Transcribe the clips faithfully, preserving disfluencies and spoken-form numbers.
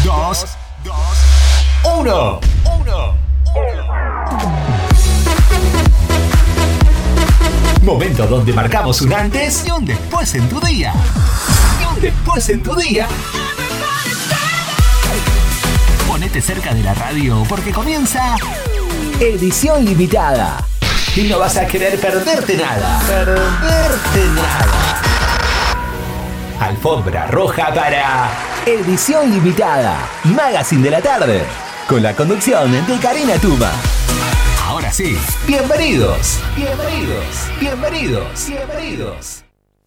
dos, uno. Uno. Momento donde marcamos un antes y un después en tu día. Y un después en tu día. Ponete cerca de la radio porque comienza Edición Limitada. Y no vas a querer perderte nada. Perderte nada. Alfombra roja para Edición Limitada, Magazine de la tarde, con la conducción de Karina Tuma. Ahora sí, bienvenidos, bienvenidos, bienvenidos, bienvenidos.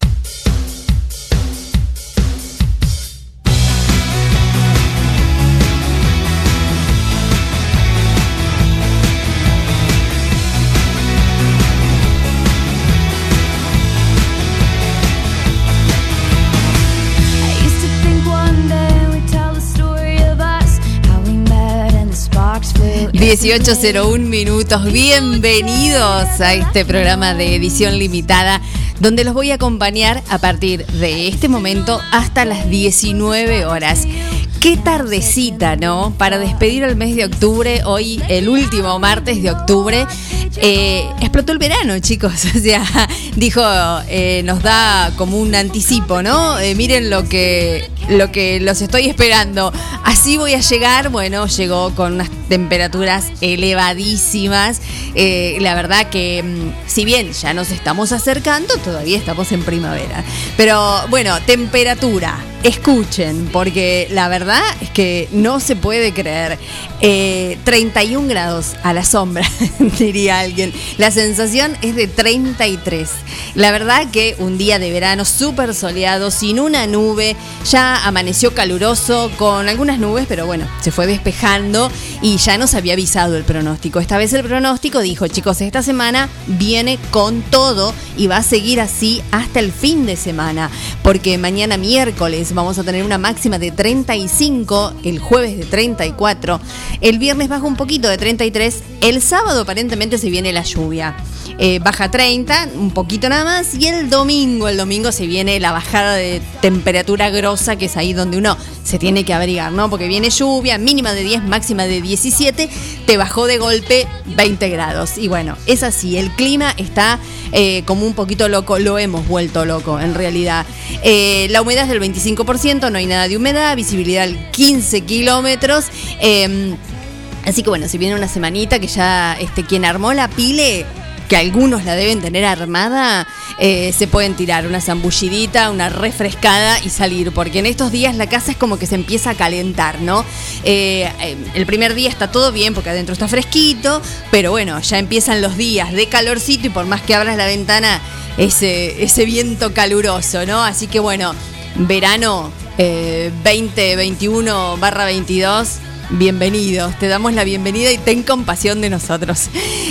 dieciocho cero uno minutos, bienvenidos a este programa de edición limitada donde los voy a acompañar a partir de este momento hasta las diecinueve horas. Qué tardecita, ¿no? Para despedir el mes de octubre, hoy el último martes de octubre, eh, explotó el verano, chicos. O sea, dijo, eh, nos da como un anticipo, ¿no? Eh, miren lo que, lo que los estoy esperando. Así voy a llegar. Bueno, llegó con unas temperaturas elevadísimas. Eh, la verdad que, si bien ya nos estamos acercando, todavía estamos en primavera. Pero bueno, temperatura. Escuchen, porque la verdad es que no se puede creer. Eh, treinta y un grados a la sombra, diría alguien. La sensación es de treinta y tres. La verdad que un día de verano súper soleado, sin una nube. Ya amaneció caluroso, con algunas nubes, pero bueno, se fue despejando y ya nos había avisado el pronóstico. Esta vez el pronóstico dijo, chicos, esta semana viene con todo y va a seguir así hasta el fin de semana, porque mañana miércoles vamos a tener una máxima de treinta y cinco, el jueves de treinta y cuatro, el viernes baja un poquito de treinta y tres, el sábado aparentemente se viene la lluvia, eh, baja treinta, un poquito nada más, y el domingo, el domingo se viene la bajada de temperatura grosa, que es ahí donde uno se tiene que abrigar, ¿no? Porque viene lluvia, mínima de diez, máxima de diecisiete, te bajó de golpe veinte grados, y bueno, es así, el clima está eh, como un poquito loco, lo hemos vuelto loco en realidad. Eh, la humedad es del veinticinco por ciento, no hay nada de humedad, visibilidad quince kilómetros, eh, así que bueno, si viene una semanita que ya este, quien armó la pile, que algunos la deben tener armada, eh, se pueden tirar una zambullidita, una refrescada y salir, porque en estos días la casa es como que se empieza a calentar, ¿no? Eh, el primer día está todo bien porque adentro está fresquito, pero bueno, ya empiezan los días de calorcito y por más que abras la ventana, ese, ese viento caluroso, ¿no? Así que bueno, verano eh, veinte veintiuno barra veintidós, bienvenidos, te damos la bienvenida y ten compasión de nosotros.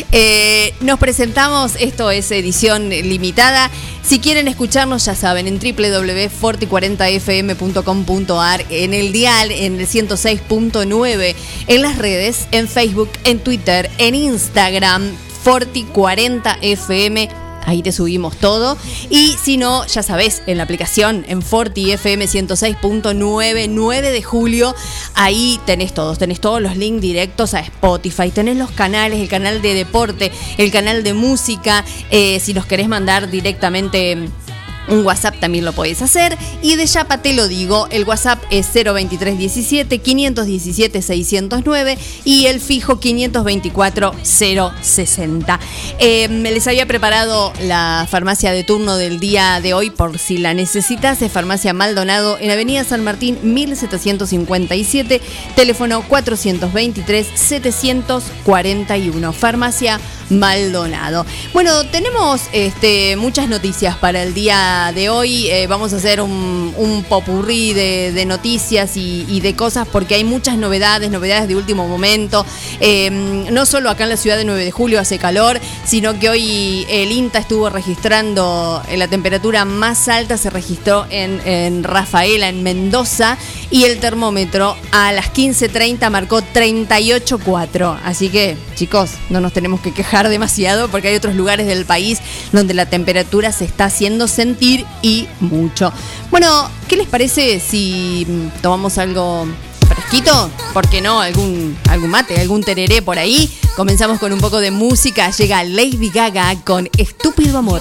Eh, nos presentamos, esto es edición limitada. Si quieren escucharnos, ya saben, en doble u doble u doble u punto forti cuarenta f m punto com punto a r, en el dial, en el ciento seis punto nueve, en las redes, en Facebook, en Twitter, en Instagram, Forti cuarenta F M. Ahí te subimos todo. Y si no, ya sabés, en la aplicación, en Forti F M ciento seis punto nueve, nueve de julio, ahí tenés todos. Tenés todos los links directos a Spotify. Tenés los canales, el canal de deporte, el canal de música. Eh, si nos querés mandar directamente un WhatsApp también lo podés hacer. Y de Yapa te lo digo, el WhatsApp es cero veintitrés diecisiete, quinientos diecisiete, seiscientos nueve y el fijo quinientos veinticuatro, cero sesenta. Eh, les había preparado la farmacia de turno del día de hoy por si la necesitas. Es Farmacia Maldonado en Avenida San Martín mil setecientos cincuenta y siete, teléfono cuatrocientos veintitrés, setecientos cuarenta y uno. Farmacia Maldonado. Bueno, tenemos este, muchas noticias para el día de hoy. Eh, vamos a hacer un, un popurrí de, de noticias y, y de cosas porque hay muchas novedades, novedades de último momento. Eh, no solo acá en la ciudad de nueve de julio hace calor, sino que hoy el INTA estuvo registrando la temperatura más alta, se registró en, en Rafaela, en Mendoza, y el termómetro a las quince treinta marcó treinta y ocho coma cuatro. Así que, chicos, no nos tenemos que quejar demasiado porque hay otros lugares del país donde la temperatura se está haciendo sentir y mucho. Bueno, ¿qué les parece si tomamos algo refresquito, ¿por qué no? Algún, algún mate, algún tereré por ahí. Comenzamos con un poco de música. Llega Lady Gaga con Estúpido Amor.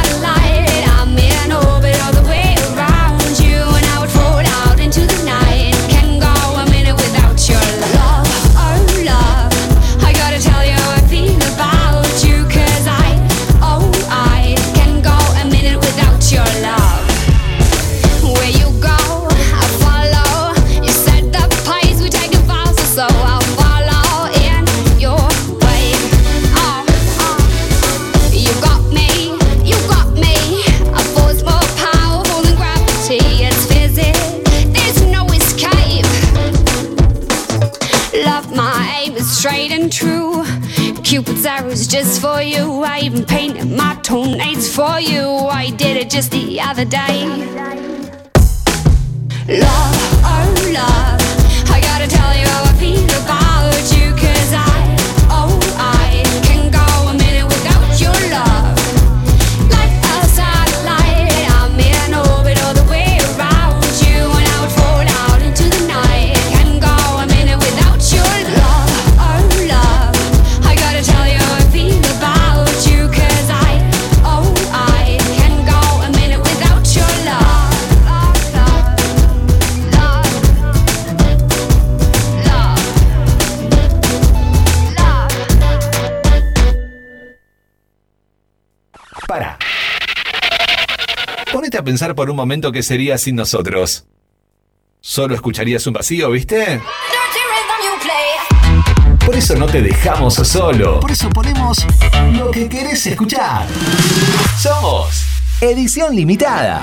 Night. came true. Cupid's arrows just for you. I even painted my toenails for you. I did it just the other day. Love, oh love, I gotta tell you how I feel about you. Cause I, oh I, can go a minute without your love. Like a satellite, I'm in orbit all the way around you. And I would fall out into the night. Can go a minute without your love, oh love, I gotta tell you how I feel about you. Cause I, oh I, can go a minute without your love. Para. Ponete a pensar por un momento qué sería sin nosotros. Solo escucharías un vacío, ¿viste? Por eso no te dejamos solo. Por eso ponemos lo que querés escuchar. Somos Edición Limitada.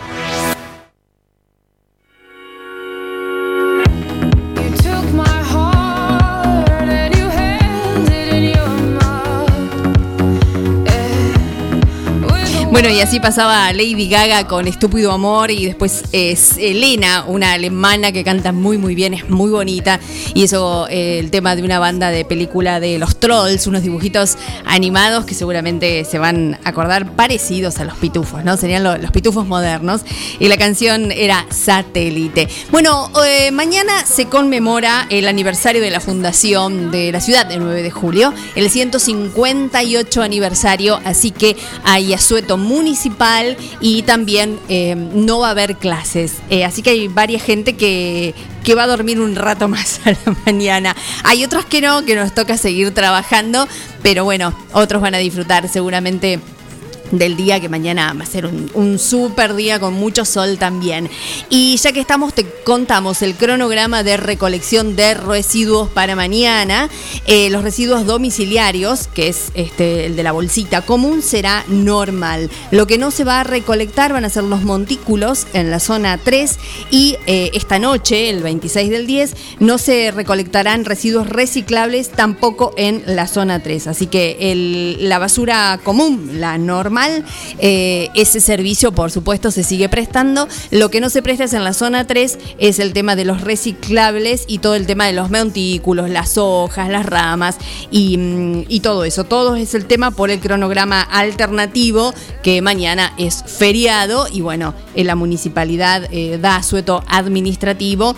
Bueno, y así pasaba Lady Gaga con Estúpido Amor, y después es Elena, una alemana que canta muy muy bien, es muy bonita, y eso, eh, el tema de una banda de película de los Trolls, unos dibujitos animados que seguramente se van a acordar, parecidos a los pitufos, ¿no? Serían lo, los pitufos modernos, y la canción era Satélite. Bueno, eh, mañana se conmemora el aniversario de la fundación de la ciudad, el nueve de julio, el ciento cincuenta y ocho aniversario, así que hay asueto municipal, y también eh, no va a haber clases, eh, así que hay varias gente que, que va a dormir un rato más a la mañana. Hay otros que no, que nos toca seguir trabajando, pero bueno, otros van a disfrutar seguramente del día, que mañana va a ser un, un súper día con mucho sol también. Y ya que estamos, te contamos el cronograma de recolección de residuos para mañana. Eh, los residuos domiciliarios, que es este, el de la bolsita común, será normal. Lo que no se va a recolectar van a ser los montículos en la zona tres, y eh, esta noche, el veintiséis del diez, no se recolectarán residuos reciclables tampoco en la zona tres. Así que el, la basura común, la normal, Eh, ese servicio por supuesto se sigue prestando. Lo que no se presta es en la zona tres, es el tema de los reciclables y todo el tema de los montículos, las hojas, las ramas y, y todo eso. Todo es el tema por el cronograma alternativo, que mañana es feriado, y bueno, en la municipalidad eh, da asueto administrativo.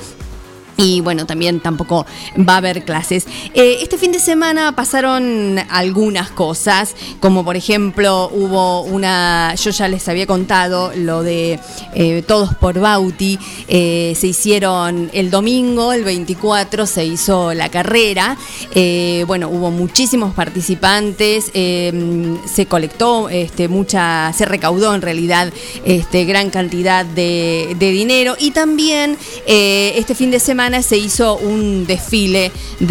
Y bueno, también tampoco va a haber clases. Eh, este fin de semana pasaron algunas cosas, como por ejemplo hubo una, yo ya les había contado lo de eh, Todos por Bauti, eh, se hicieron el domingo, el veinticuatro, se hizo la carrera, eh, bueno, hubo muchísimos participantes, eh, se colectó este, mucha, se recaudó en realidad este, gran cantidad de, de dinero, y también eh, este fin de semana se hizo un desfile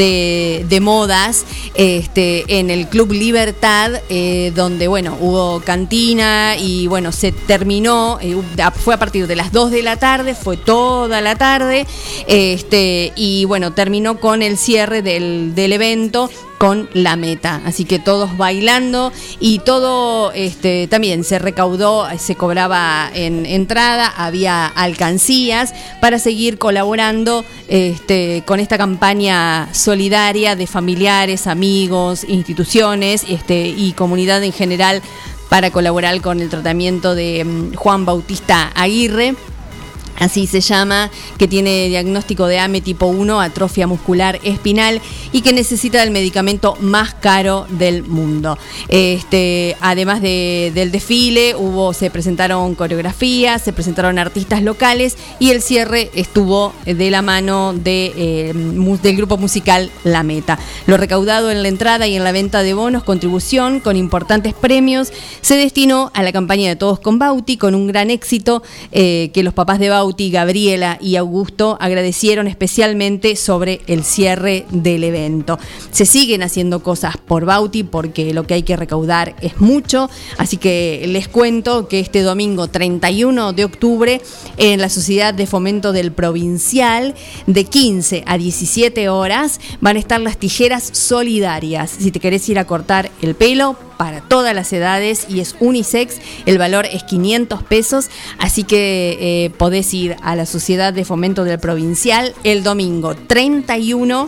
de, de modas este, en el Club Libertad, eh, donde bueno, hubo cantina, y bueno, se terminó, eh, fue a partir de las dos de la tarde, fue toda la tarde, este, y bueno, terminó con el cierre del, del evento con La Meta, así que todos bailando, y todo este, también se recaudó, se cobraba en entrada, había alcancías para seguir colaborando este, con esta campaña solidaria de familiares, amigos, instituciones este, y comunidad en general, para colaborar con el tratamiento de um, Juan Bautista Aguirre, así se llama, que tiene diagnóstico de A M E tipo uno, atrofia muscular espinal, y que necesita el medicamento más caro del mundo. Este, además de, del desfile, hubo, se presentaron coreografías, se presentaron artistas locales, y el cierre estuvo de la mano de, eh, del grupo musical La Meta. Lo recaudado en la entrada y en la venta de bonos, contribución con importantes premios, se destinó a la campaña de Todos con Bauti, con un gran éxito, eh, que los papás de Bauti Bauti, Gabriela y Augusto agradecieron especialmente sobre el cierre del evento. Se siguen haciendo cosas por Bauti porque lo que hay que recaudar es mucho, así que les cuento que este domingo treinta y uno de octubre en la Sociedad de Fomento del Provincial de quince a diecisiete horas van a estar las tijeras solidarias. Si te querés ir a cortar el pelo, para todas las edades y es unisex, el valor es quinientos pesos, así que eh, podés ir a la Sociedad de Fomento del Provincial el domingo treinta y uno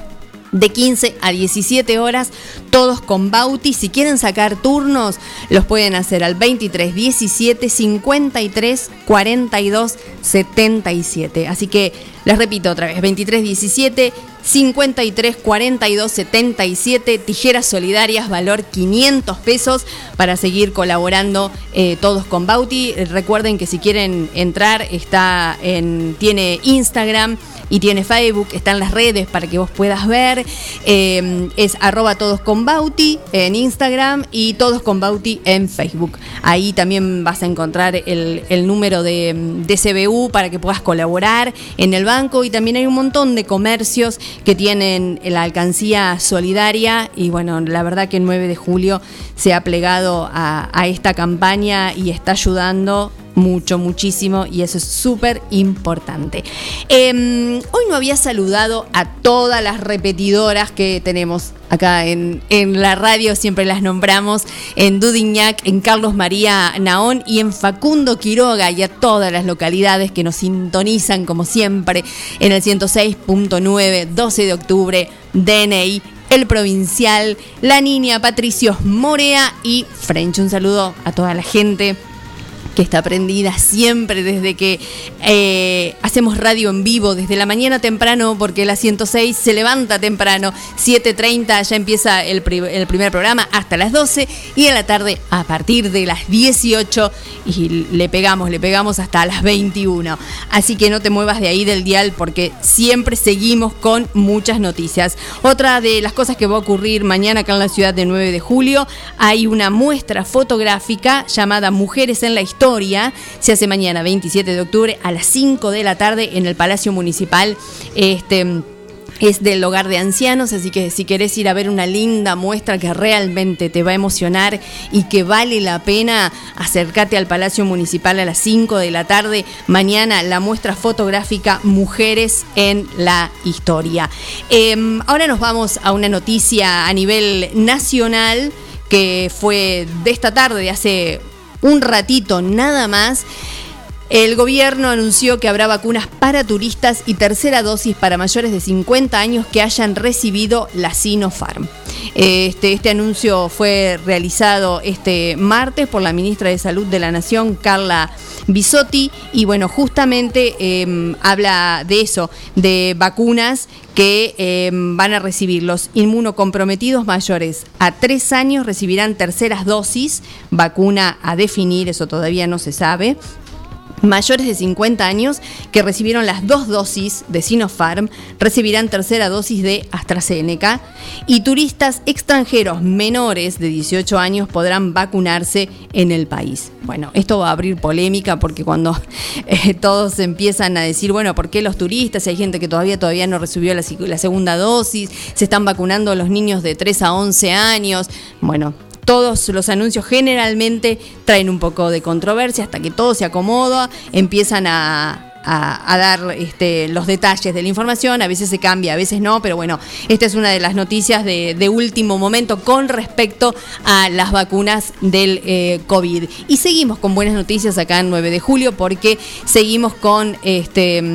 de quince a diecisiete horas, todos con Bauti. Si quieren sacar turnos, los pueden hacer al veintitrés diecisiete cincuenta y tres cuarenta y dos setenta y siete. Así que les repito otra vez, veintitrés diecisiete cincuenta y tres cuarenta y dos setenta y siete, tijeras solidarias, valor quinientos pesos para seguir colaborando eh, todos con Bauti. Recuerden que si quieren entrar, está en, tiene Instagram y tiene Facebook, están las redes para que vos puedas ver. Eh, es arroba todos con Bauti en Instagram y todos con Bauti en Facebook. Ahí también vas a encontrar el, el número de, de C B U para que puedas colaborar en el banco, y también hay un montón de comercios que tienen la alcancía solidaria, y bueno, la verdad que el nueve de julio se ha plegado a, a esta campaña y está ayudando mucho, muchísimo, y eso es súper importante. Eh, hoy no había saludado a todas las repetidoras que tenemos acá en, en la radio, siempre las nombramos, en Dudignac, en Carlos María Naón y en Facundo Quiroga, y a todas las localidades que nos sintonizan como siempre en el ciento seis punto nueve, doce de octubre, D N I, El Provincial, La Niña, Patricios, Morea y French. Un saludo a toda la gente que está prendida siempre desde que eh, hacemos radio en vivo, desde la mañana temprano, porque la ciento seis se levanta temprano, siete treinta ya empieza el, pri- el primer programa hasta las doce, y en la tarde a partir de las dieciocho, y le pegamos, le pegamos hasta las veintiuno. Así que no te muevas de ahí del dial, porque siempre seguimos con muchas noticias. Otra de las cosas que va a ocurrir mañana acá en la ciudad de nueve de julio, hay una muestra fotográfica llamada Mujeres en la Historia. Se hace mañana veintisiete de octubre a las cinco de la tarde en el Palacio Municipal. Este es del hogar de ancianos, así que si querés ir a ver una linda muestra que realmente te va a emocionar y que vale la pena, acércate al Palacio Municipal a las cinco de la tarde. Mañana la muestra fotográfica Mujeres en la Historia. Eh, ahora nos vamos a una noticia a nivel nacional que fue de esta tarde, de hace un ratito nada más. El gobierno anunció que habrá vacunas para turistas y tercera dosis para mayores de cincuenta años que hayan recibido la Sinopharm. Este, este anuncio fue realizado este martes por la ministra de Salud de la Nación, Carla Bisotti, y bueno, justamente eh, habla de eso, de vacunas que eh, van a recibir los inmunocomprometidos mayores a tres años, recibirán terceras dosis, vacuna a definir, eso todavía no se sabe. Mayores de cincuenta años que recibieron las dos dosis de Sinopharm recibirán tercera dosis de AstraZeneca, y turistas extranjeros menores de dieciocho años podrán vacunarse en el país. Bueno, esto va a abrir polémica porque cuando eh, todos empiezan a decir, bueno, ¿por qué los turistas? Si hay gente que todavía, todavía no recibió la, la segunda dosis, se están vacunando los niños de tres a once años. Bueno, todos los anuncios generalmente traen un poco de controversia hasta que todo se acomoda, empiezan a, a, a dar este, los detalles de la información, a veces se cambia, a veces no, pero bueno, esta es una de las noticias de, de último momento con respecto a las vacunas del eh, COVID. Y seguimos con buenas noticias acá en nueve de julio porque seguimos con este...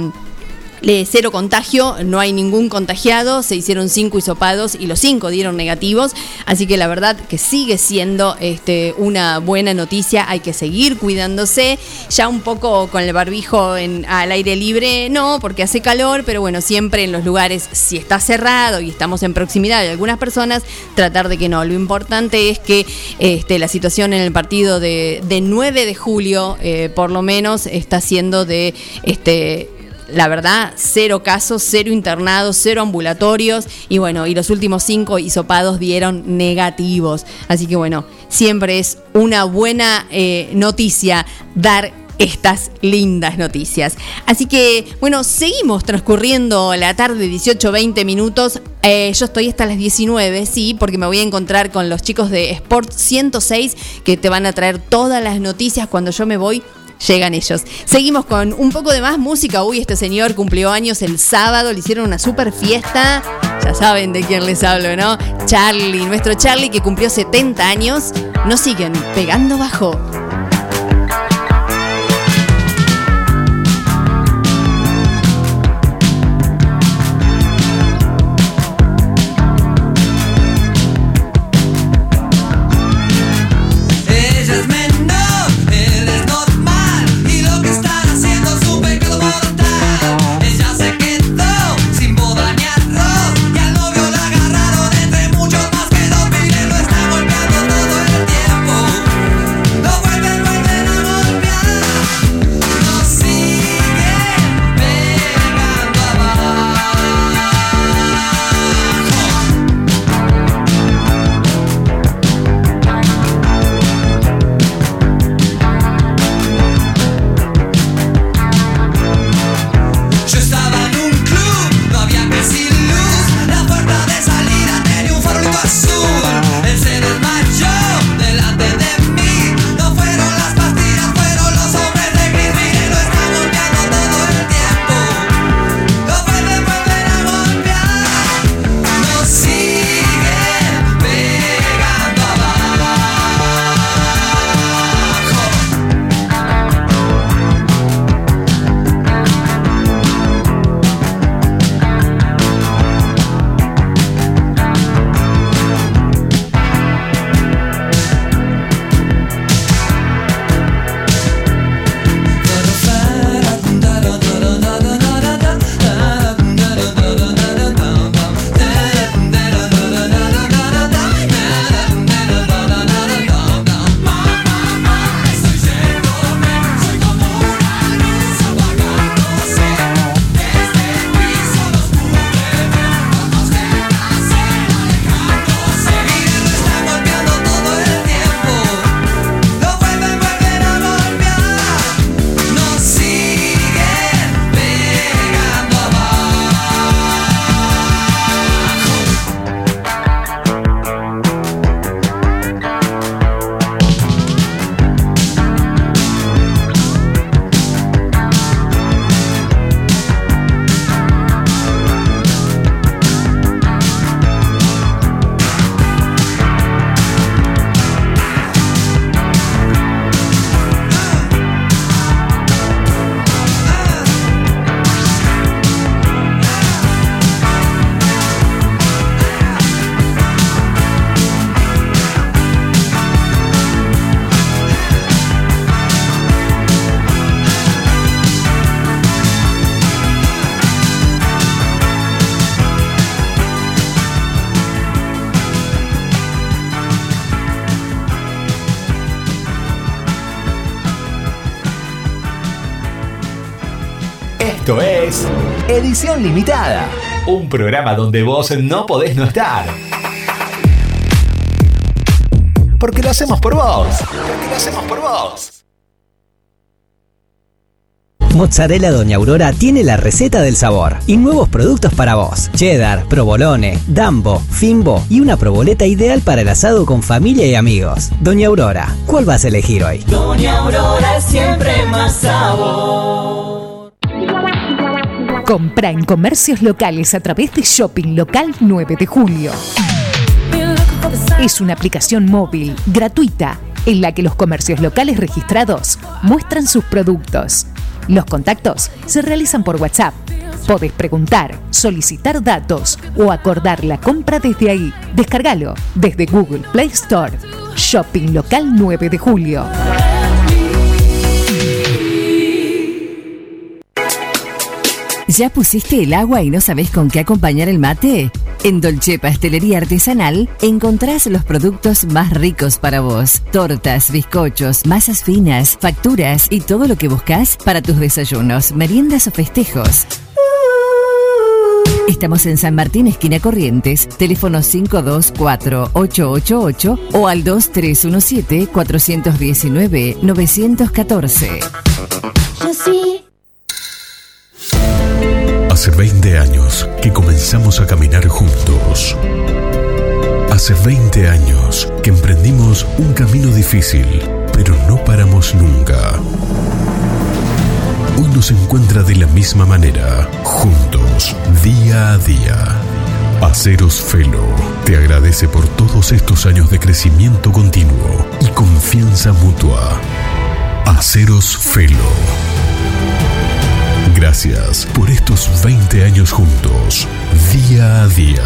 cero contagio, no hay ningún contagiado, se hicieron cinco hisopados y los cinco dieron negativos, así que la verdad que sigue siendo este, una buena noticia. Hay que seguir cuidándose, ya un poco con el barbijo en, al aire libre, no, porque hace calor, pero bueno, siempre en los lugares, si está cerrado y estamos en proximidad de algunas personas, tratar de que no. Lo importante es que este, la situación en el partido de, de nueve de julio, eh, por lo menos, está siendo de... este la verdad, cero casos, cero internados, cero ambulatorios, y bueno, y los últimos cinco hisopados dieron negativos. Así que bueno, siempre es una buena eh, noticia dar estas lindas noticias. Así que, bueno, seguimos transcurriendo la tarde, dieciocho, veinte minutos. Eh, yo estoy hasta las diecinueve, sí, porque me voy a encontrar con los chicos de Sport ciento seis que te van a traer todas las noticias. Cuando yo me voy, llegan ellos. Seguimos con un poco de más música. Uy, este señor cumplió años el sábado, le hicieron una super fiesta. Ya saben de quién les hablo, ¿no? Charlie, nuestro Charlie que cumplió setenta años. Nos siguen pegando bajo. Esto es Edición Limitada, un programa donde vos no podés no estar. Porque lo hacemos por vos. Porque lo hacemos por vos. Mozzarella Doña Aurora tiene la receta del sabor y nuevos productos para vos. Cheddar, provolone, dambo, fimbo y una proboleta ideal para el asado con familia y amigos. Doña Aurora, ¿cuál vas a elegir hoy? Doña Aurora, siempre más sabor. Compra en comercios locales a través de Shopping Local nueve de julio. Es una aplicación móvil gratuita en la que los comercios locales registrados muestran sus productos. Los contactos se realizan por WhatsApp. Podés preguntar, solicitar datos o acordar la compra desde ahí. Descárgalo desde Google Play Store. Shopping Local nueve de julio. ¿Ya pusiste el agua y no sabés con qué acompañar el mate? En Dolce Pastelería Artesanal encontrás los productos más ricos para vos. Tortas, bizcochos, masas finas, facturas y todo lo que buscas para tus desayunos, meriendas o festejos. Estamos en San Martín, esquina Corrientes, teléfono cinco dos cuatro, ocho ocho ocho o al dos tres uno siete, cuatro uno nueve, nueve uno cuatro. to see. Hace veinte años que comenzamos a caminar juntos. Hace veinte años que emprendimos un camino difícil, pero no paramos nunca. Hoy nos encuentra de la misma manera, juntos, día a día. Aceros Felo te agradece por todos estos años de crecimiento continuo y confianza mutua. Aceros Felo. Gracias por estos veinte años juntos, día a día.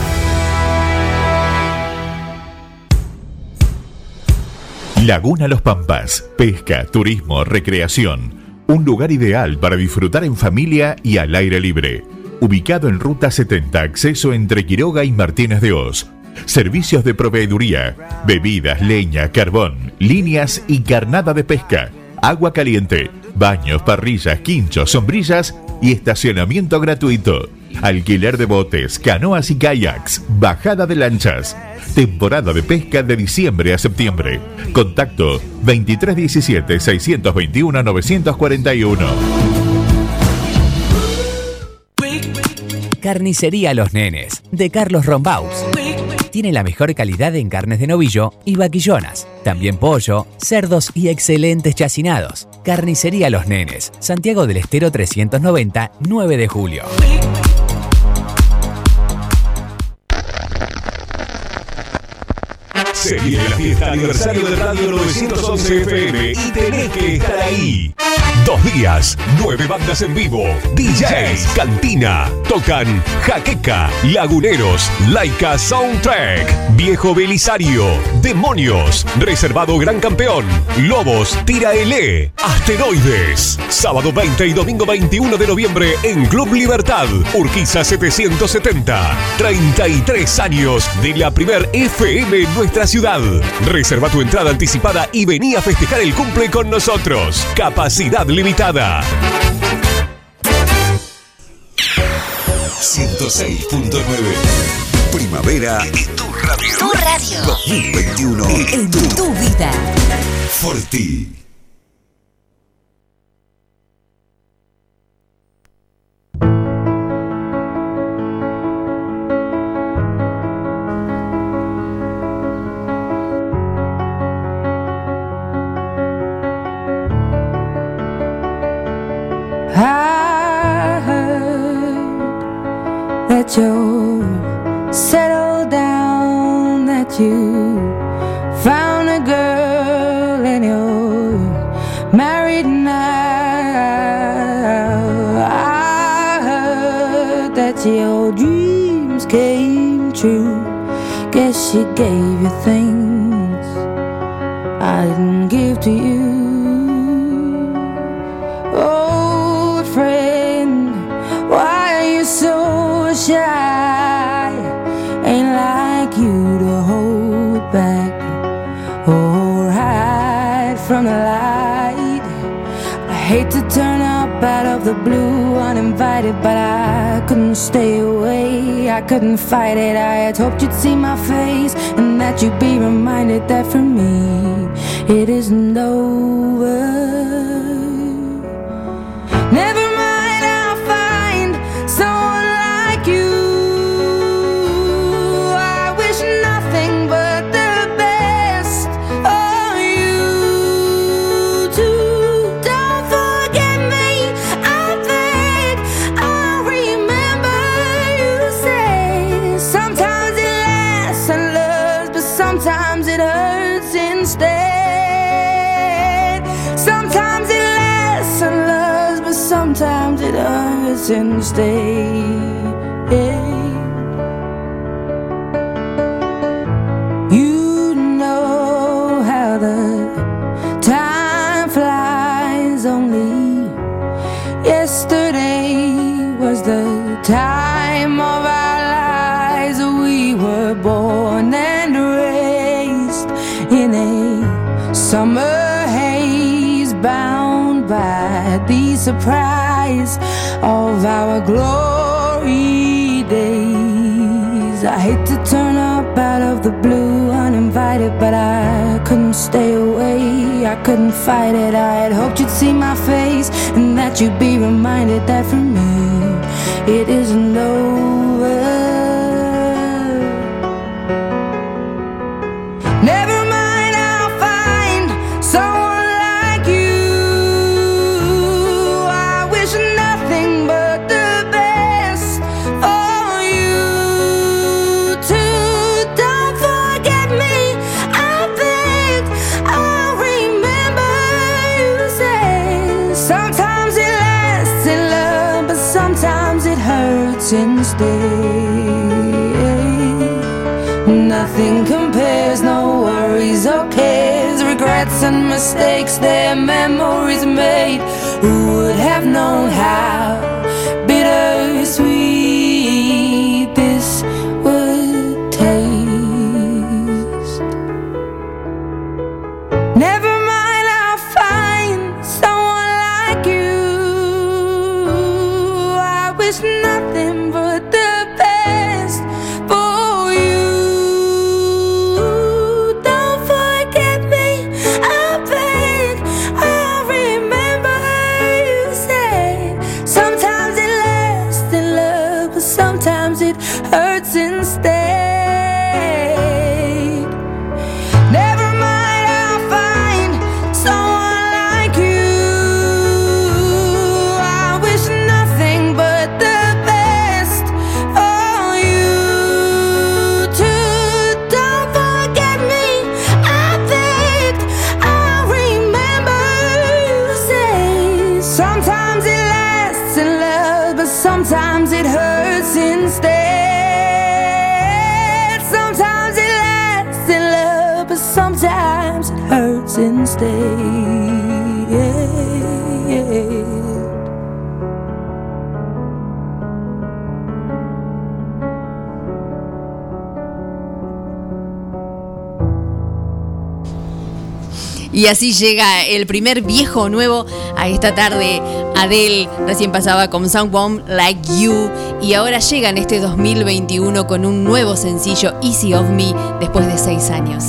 Laguna Los Pampas, pesca, turismo, recreación. Un lugar ideal para disfrutar en familia y al aire libre. Ubicado en Ruta setenta, acceso entre Quiroga y Martínez de Hoz. Servicios de proveeduría, bebidas, leña, carbón, líneas y carnada de pesca. Agua caliente, baños, parrillas, quinchos, sombrillas y estacionamiento gratuito. Alquiler de botes, canoas y kayaks, bajada de lanchas. Temporada de pesca de diciembre a septiembre. Contacto veintitrés diecisiete, seiscientos veintiuno, novecientos cuarenta y uno. Carnicería Los Nenes, de Carlos Rombaus. Tiene la mejor calidad en carnes de novillo y vaquillonas. También pollo, cerdos y excelentes chacinados. Carnicería Los Nenes, Santiago del Estero trescientos noventa, nueve de julio. Se viene la fiesta aniversario de Radio novecientos once F M y tenés que estar ahí. Dos días, nueve bandas en vivo, D Js, cantina, tocan Jaqueca, Laguneros, Laika Soundtrack, Viejo Belisario, Demonios, Reservado Gran Campeón, Lobos, Tira L, Asteroides. Sábado veinte y domingo veintiuno de noviembre en Club Libertad, Urquiza setecientos setenta. treinta y tres años de la primer F M en nuestra ciudad. Reserva tu entrada anticipada y vení a festejar el cumple con nosotros. Capacidad limitada. ciento seis punto nueve. Primavera en tu radio. Tu radio. dos mil veintiuno En tu, tu vida. Forti. I heard that you're settled down, that you found a girl and you're married now. I heard that your dreams came true. Guess she gave you things I didn't give to you. Oh, friend, why are you so shy? Ain't like you to hold back or hide from the light. I hate to turn up out of the blue uninvited, but I couldn't stay away, I couldn't fight it. I had hoped you'd see my face and that you'd be reminded that for me it isn't over. Never mind, I'll find someone like you. I wish nothing but the best of you too. Don't forget me, I beg. I remember you say sometimes it lasts and loves, but sometimes it hurts instead. Sometimes it lasts and loves, but sometimes it hurts instead. You know how the time flies. Only yesterday was the time of our lives. We were born and raised in a summer haze, bound by the surprise of our glory days. I hate to turn up up out of the blue, uninvited, but I couldn't stay away. I couldn't fight it. I had hoped you'd see my face and that you'd be reminded that for me it isn't over. Never mind, I'll find someone like you. I wish nothing but the best for you too. Don't forget me, I beg. I'll remember you said sometimes it lasts in love, but sometimes it hurts instead. Nothing compares, no worries or cares, regrets and mistakes, their memories made. Who would have known how bittersweet this would taste? Never mind, I'll find someone like you. I wish nothing but the best for you. Don't forget me, I beg. I'll remember you said sometimes it lasts in love, but sometimes it hurts instead. Never mind, I'll find someone like you. I wish nothing but the best for you too. Don't forget me, I beg. I'll remember you say sometimes it lasts in love, but sometimes it hurts instead. Sometimes it lasts in love, but sometimes it hurts instead. Y así llega el primer viejo nuevo a esta tarde. Adele recién pasaba con Someone Like You y ahora llega en este dos mil veintiuno con un nuevo sencillo, Easy of Me, después de seis años.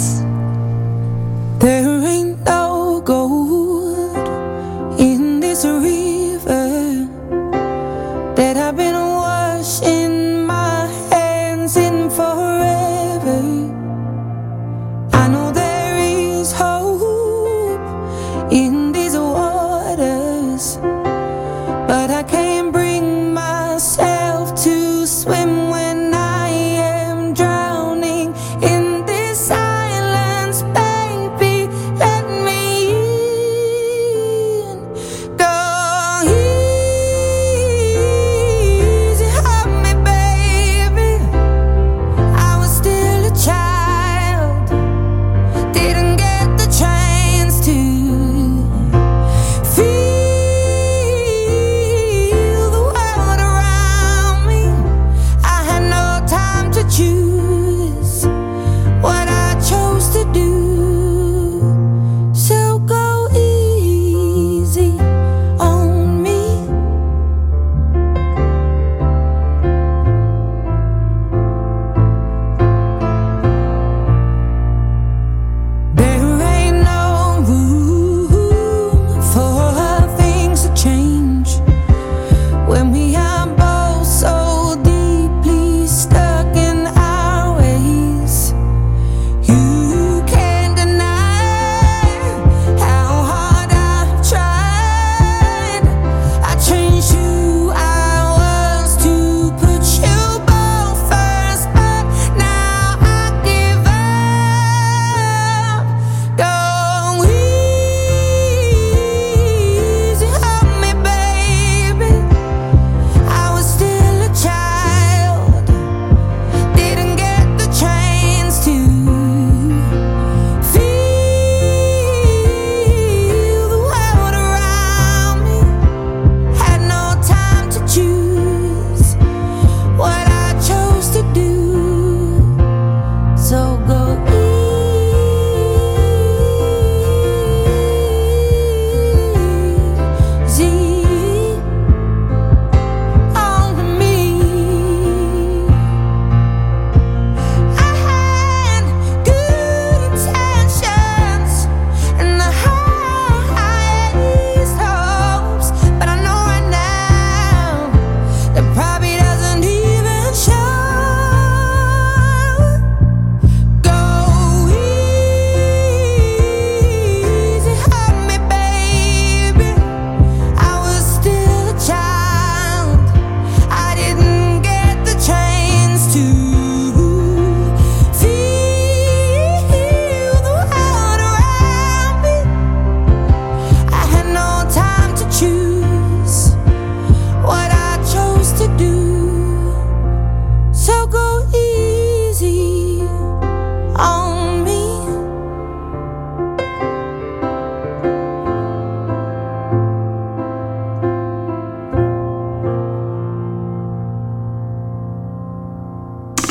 There ain't no gold in this river that I've been washing my hands in forever. I know there is hope in these waters, but I can't bring myself to swim when I am drowning in this silence. Baby, let me in. Go easy on me, baby. I was still a child, didn't get the chance to feel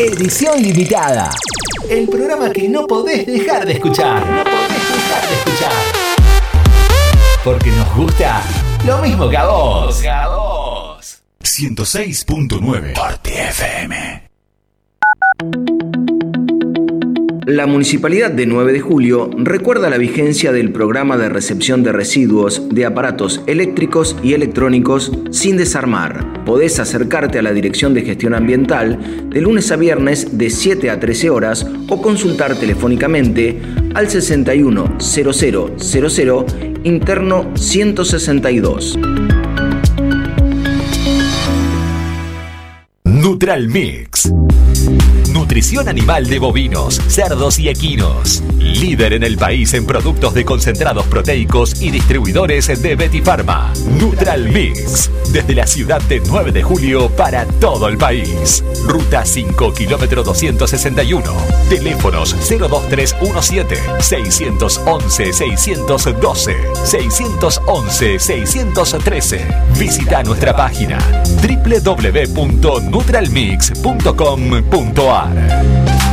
Edición limitada. El programa que no podés dejar de escuchar. No podés dejar de escuchar. Porque nos gusta lo mismo que a vos. Que a vos. ciento seis punto nueve Party F M. La Municipalidad de nueve de julio recuerda la vigencia del programa de recepción de residuos de aparatos eléctricos y electrónicos sin desarmar. Podés acercarte a la Dirección de Gestión Ambiental de lunes a viernes de siete a trece horas o consultar telefónicamente al sesenta y uno cero cero cero cero interno ciento sesenta y dos. Nutralmix. Nutrición animal de bovinos, cerdos y equinos. Líder en el país en productos de concentrados proteicos y distribuidores de Betty Pharma. Nutralmix. Desde la ciudad de nueve de julio para todo el país. Ruta cinco, kilómetro doscientos sesenta y uno. Teléfonos cero dos tres uno siete, seis uno uno, seis uno dos, seis uno uno, seis uno uno tres. Visita nuestra página doble u doble u doble u punto nutralmix punto com punto a r.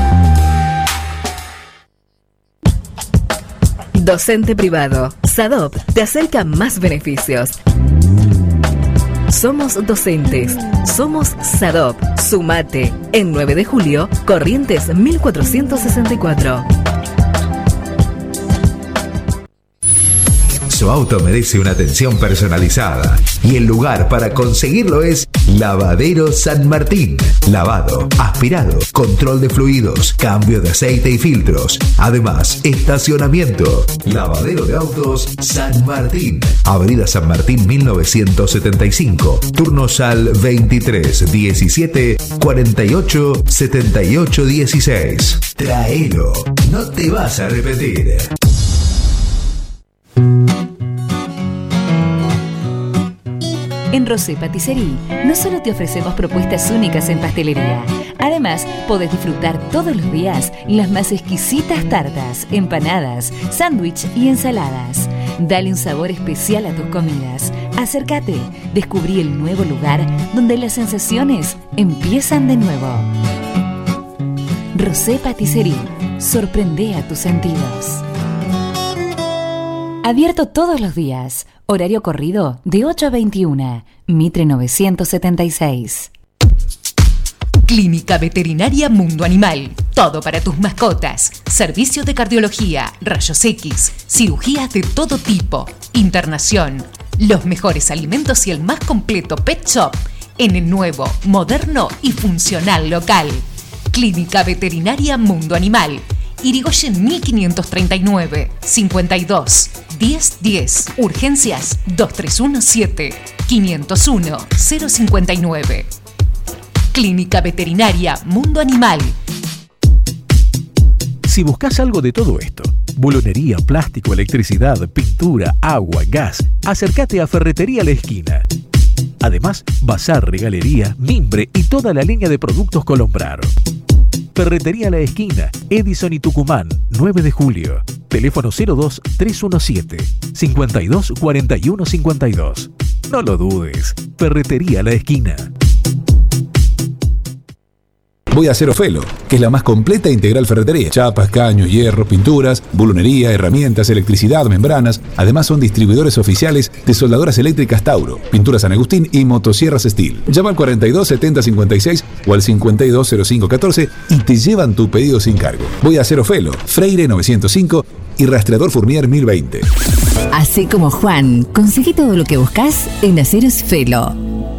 Docente privado. SADOP te acerca más beneficios. Somos docentes. Somos SADOP. Sumate. En nueve de julio, Corrientes mil cuatrocientos sesenta y cuatro. Su auto merece una atención personalizada y el lugar para conseguirlo es Lavadero San Martín. Lavado, aspirado, control de fluidos, cambio de aceite y filtros. Además, estacionamiento. Lavadero de autos San Martín. Avenida San Martín mil novecientos setenta y cinco. Turnos al veintitrés diecisiete cuarenta y ocho setenta y ocho dieciséis. Traelo, no te vas a arrepentir. En Rosé Patisserie no solo te ofrecemos propuestas únicas en pastelería, además podés disfrutar todos los días las más exquisitas tartas, empanadas, sándwich y ensaladas. Dale un sabor especial a tus comidas. Acércate, descubrí el nuevo lugar donde las sensaciones empiezan de nuevo. Rosé Patisserie, sorprende a tus sentidos. Abierto todos los días. Horario corrido de ocho a veintiuna. Mitre novecientos setenta y seis. Clínica Veterinaria Mundo Animal. Todo para tus mascotas. Servicio de cardiología, rayos X, cirugías de todo tipo, internación. Los mejores alimentos y el más completo pet shop en el nuevo, moderno y funcional local. Clínica Veterinaria Mundo Animal. Irigoyen mil quinientos treinta y nueve, cincuenta y dos, diez diez. Urgencias dos tres uno siete, cinco cero uno, cero cincuenta y nueve. Clínica Veterinaria Mundo Animal. Si buscas algo de todo esto, bulonería, plástico, electricidad, pintura, agua, gas, acércate a Ferretería La Esquina. Además, bazar, regalería, mimbre y toda la línea de productos Colombrar. Ferretería La Esquina, Edison y Tucumán, nueve de julio. Teléfono cero dos tres uno siete, cincuenta y dos cuarenta y uno cincuenta y dos. No lo dudes, Ferretería La Esquina. Voy a hacer Ofelo, que es la más completa e integral ferretería. Chapas, caños, hierro, pinturas, bulonería, herramientas, electricidad, membranas. Además son distribuidores oficiales de soldadoras eléctricas Tauro, pinturas San Agustín y motosierras Steel. Llama al cuarenta y dos setenta cincuenta y seis o al cincuenta y dos cero cinco catorce y te llevan tu pedido sin cargo. Voy a hacer Ofelo, Freire novecientos cinco y Rastreador Fournier mil veinte. Así como Juan, conseguí todo lo que buscas en Aceros Felo.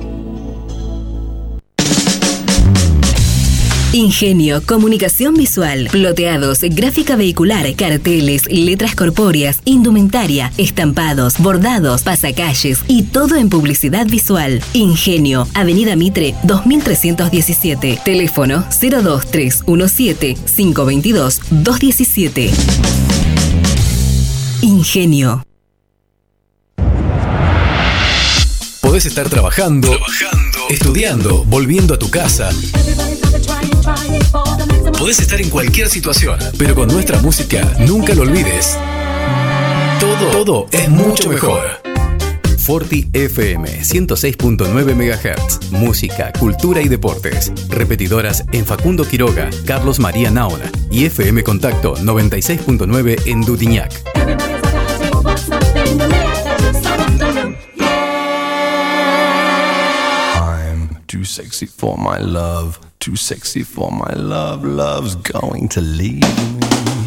Ingenio, comunicación visual, ploteados, gráfica vehicular, carteles, letras corpóreas, indumentaria, estampados, bordados, pasacalles y todo en publicidad visual. Ingenio, Avenida Mitre dos mil trescientos diecisiete. Teléfono cero dos tres uno siete, cinco dos dos, dos uno siete. Ingenio. Podés estar trabajando, trabajando, estudiando, volviendo a tu casa. Podés estar en cualquier situación, pero con nuestra música nunca lo olvides. Todo, todo es mucho mejor. Forti F M ciento seis punto nueve megahertz. Música, cultura y deportes. Repetidoras en Facundo Quiroga, Carlos María Naona y F M Contacto noventa y seis punto nueve en Dutiñac. I'm too sexy for my love, too sexy for my love, love's going to leave me.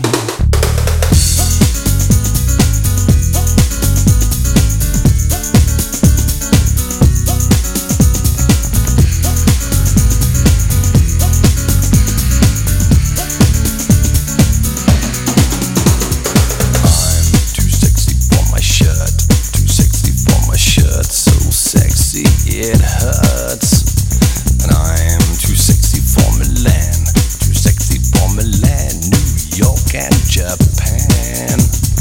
It hurts, and I am too sexy for Milan, too sexy for Milan, New York and Japan.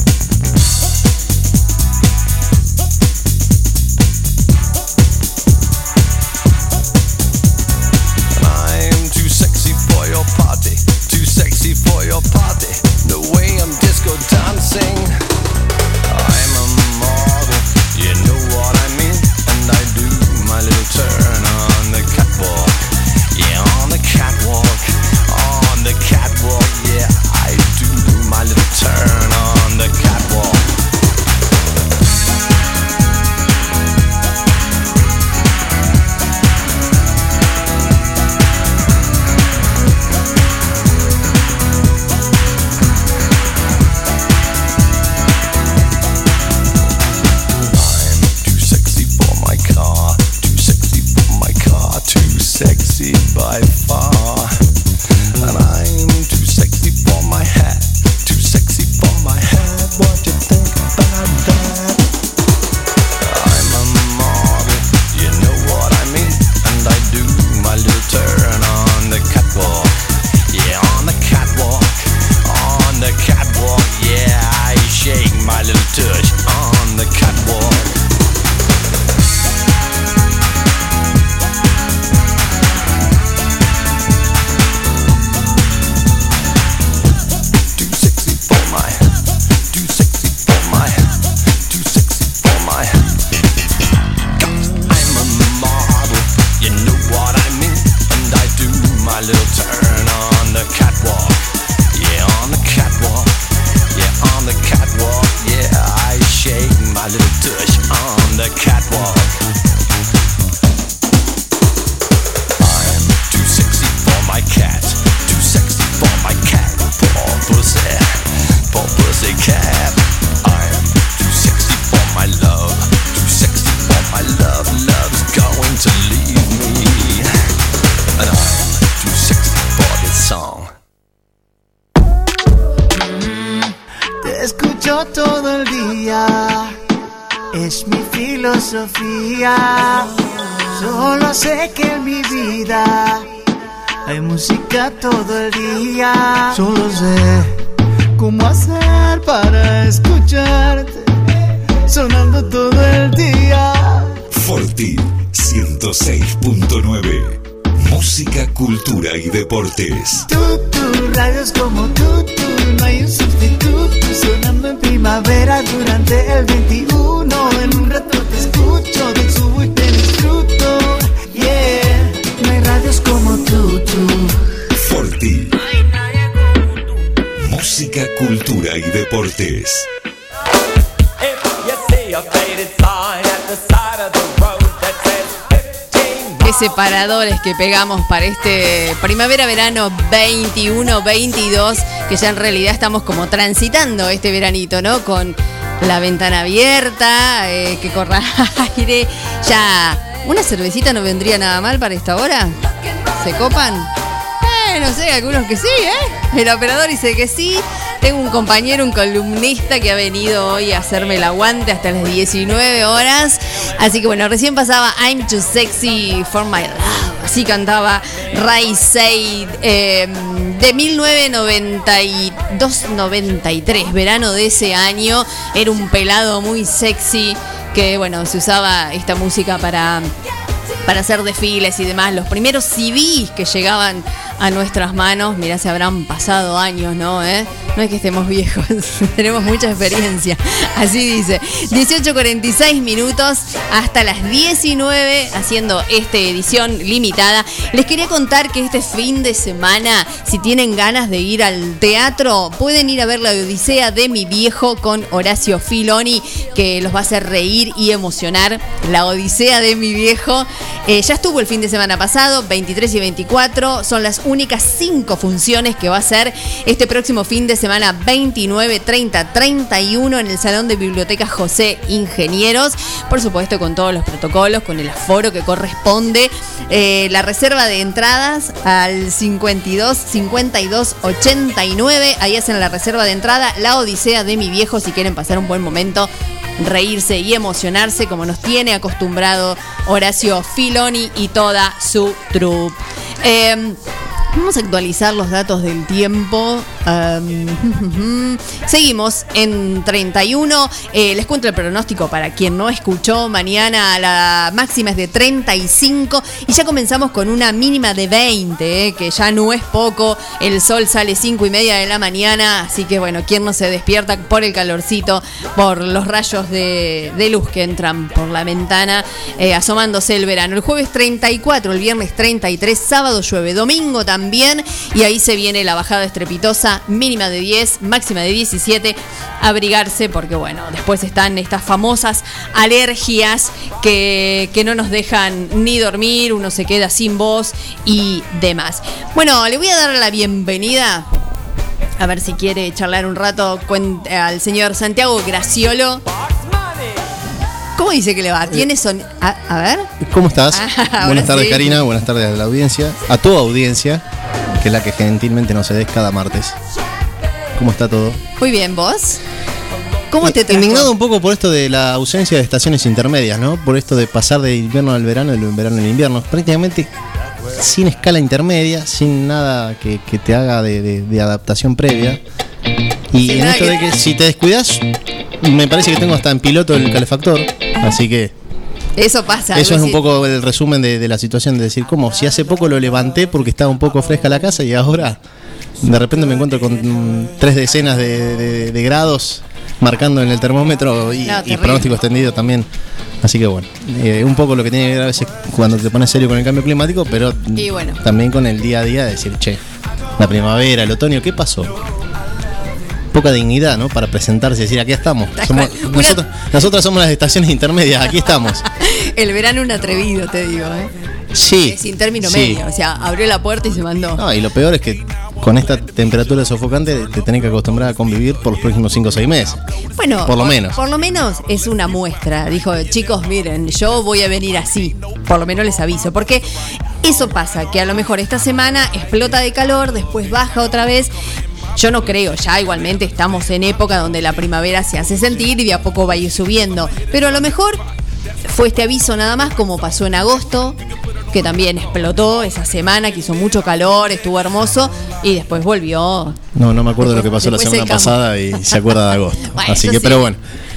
And I am too sexy for your party, too sexy for your party, the way I'm disco dancing. I'm a model, you know what I mean, and I do my little turn on the catwalk, yeah, on the catwalk, on the catwalk, yeah, I do my little turn on the catwalk. Sexy by far, and I'm too sexy for my hat, too sexy for my hat. What you think about that? I'm a model, you know what I mean, and I do my little turn on the catwalk, yeah, on the catwalk, on the catwalk, yeah, I shake my little tush on the catwalk. Little turn on the catwalk, yeah, on the catwalk, yeah, on the catwalk, yeah, I shake my little tush on the catwalk. I'm too sexy for my cat, too sexy for my cat, poor pussy, poor pussy cat. I'm too sexy for my love, too sexy for my love, love's going to leave me, and I'm too sexy for this song. Te escucho todo el día, es mi filosofía. Solo sé que en mi vida hay música todo el día. Solo sé cómo hacer para escucharte, sonando todo el día. Forti ciento seis punto nueve. Música, cultura y deportes. Tú, tú, radios como tú, tú, no hay un sustituto. Sonando en primavera durante el veintiuno. En un rato te escucho, te subo y te disfruto. Yeah, no hay radios como tú, tú. Forti. Música, cultura y deportes. Qué separadores que pegamos para este primavera-verano veintiuno veintidós, que ya en realidad estamos como transitando este veranito, ¿no? Con la ventana abierta, eh, que corra aire. Ya, ¿una cervecita no vendría nada mal para esta hora? ¿Se copan? Eh, no sé, algunos que sí, ¿eh? El operador dice que sí. Tengo un compañero, un columnista que ha venido hoy a hacerme el aguante hasta las diecinueve horas. Así que bueno, recién pasaba I'm Too Sexy for My Love. Así cantaba Ray Said, eh, de mil novecientos noventa y dos noventa y tres, verano de ese año. Era un pelado muy sexy que, bueno, se usaba esta música para... para hacer desfiles y demás. Los primeros C Ds que llegaban a nuestras manos, mirá, se habrán pasado años, ¿no? ¿Eh? No es que estemos viejos, tenemos mucha experiencia. Así dice. dieciocho cuarenta y seis minutos hasta las diecinueve haciendo esta edición limitada. Les quería contar que este fin de semana, si tienen ganas de ir al teatro, pueden ir a ver La Odisea de mi viejo con Horacio Filoni, que los va a hacer reír y emocionar. La Odisea de mi viejo. Eh, ya estuvo el fin de semana pasado, veintitrés y veinticuatro. Son las únicas cinco funciones que va a hacer este próximo fin de semana, veintinueve, treinta, treinta y uno, en el Salón de Biblioteca José Ingenieros. Por supuesto, con todos los protocolos, con el aforo que corresponde. Eh, la reserva de entradas al cincuenta y dos, cincuenta y dos, ochenta y nueve. Ahí hacen la reserva de entrada. La Odisea de mi viejo, si quieren pasar un buen momento, reírse y emocionarse como nos tiene acostumbrado Horacio Filoni y toda su troupe. Eh, Vamos a actualizar los datos del tiempo. Um, seguimos en treinta y uno. Eh, les cuento el pronóstico para quien no escuchó. Mañana la máxima es de treinta y cinco y ya comenzamos con una mínima de veinte, eh, que ya no es poco. El sol sale cinco y media de la mañana, así que bueno, quien no se despierta por el calorcito, por los rayos de, de luz que entran por la ventana, eh, asomándose el verano. El jueves treinta y cuatro, el viernes treinta y tres, sábado llueve, domingo también. También, y ahí se viene la bajada estrepitosa, mínima de diez, máxima de diecisiete. Abrigarse porque bueno, después están estas famosas alergias que, que no nos dejan ni dormir, uno se queda sin voz y demás. Bueno, le voy a dar la bienvenida, a ver si quiere charlar un rato, al señor Santiago Graciolo. ¿Cómo dice que le va? ¿Tiene son...? A, a ver. ¿Cómo estás? Ah, buenas tardes, sí. Karina. Buenas tardes a la audiencia. A tu audiencia, que es la que gentilmente nos cedes cada martes. ¿Cómo está todo? Muy bien, ¿vos? ¿Cómo te trajo? Indignado un poco por esto de la ausencia de estaciones intermedias, ¿no? Por esto de pasar del invierno al verano y del verano al invierno. Prácticamente sin escala intermedia, sin nada que, que te haga de, de, de adaptación previa. Y Sin en nada esto que- de que si te descuidas, me parece que tengo hasta en piloto el calefactor. Así que Eso pasa. eso es un decir, poco el resumen de, de la situación, de decir, como si hace poco lo levanté porque estaba un poco fresca la casa y ahora de repente me encuentro con mm, tres decenas de, de- de grados marcando en el termómetro y, No, y terrible. pronóstico extendido también. Así que bueno, eh, un poco lo que tiene que ver a veces cuando te pones serio con el cambio climático, pero Y bueno. también con el día a día de decir, che, la primavera, el otoño, ¿qué pasó? Poca dignidad, ¿no? Para presentarse y decir, aquí estamos. Somos- cual. nosotros, nosotras somos las estaciones intermedias, aquí estamos. el verano un atrevido, te digo, ¿eh? Sí. Sin término sí. medio. O sea, abrió la puerta y se mandó. No, y lo peor es que con esta temperatura sofocante te tenés que acostumbrar a convivir por los próximos cinco o seis meses. Bueno, por lo menos. Por lo menos es una muestra. Dijo, chicos, miren, yo voy a venir así. Por lo menos les aviso. Porque eso pasa, que a lo mejor esta semana explota de calor, después baja otra vez. Yo no creo, ya igualmente estamos en época donde la primavera se hace sentir y de a poco va a ir subiendo. Pero a lo mejor fue este aviso nada más, como pasó en agosto, que también explotó esa semana, que hizo mucho calor, estuvo hermoso y después volvió. No, no me acuerdo de lo que pasó la después semana secamos. pasada y se acuerda de agosto. Bueno, Así eso que, sí. pero bueno.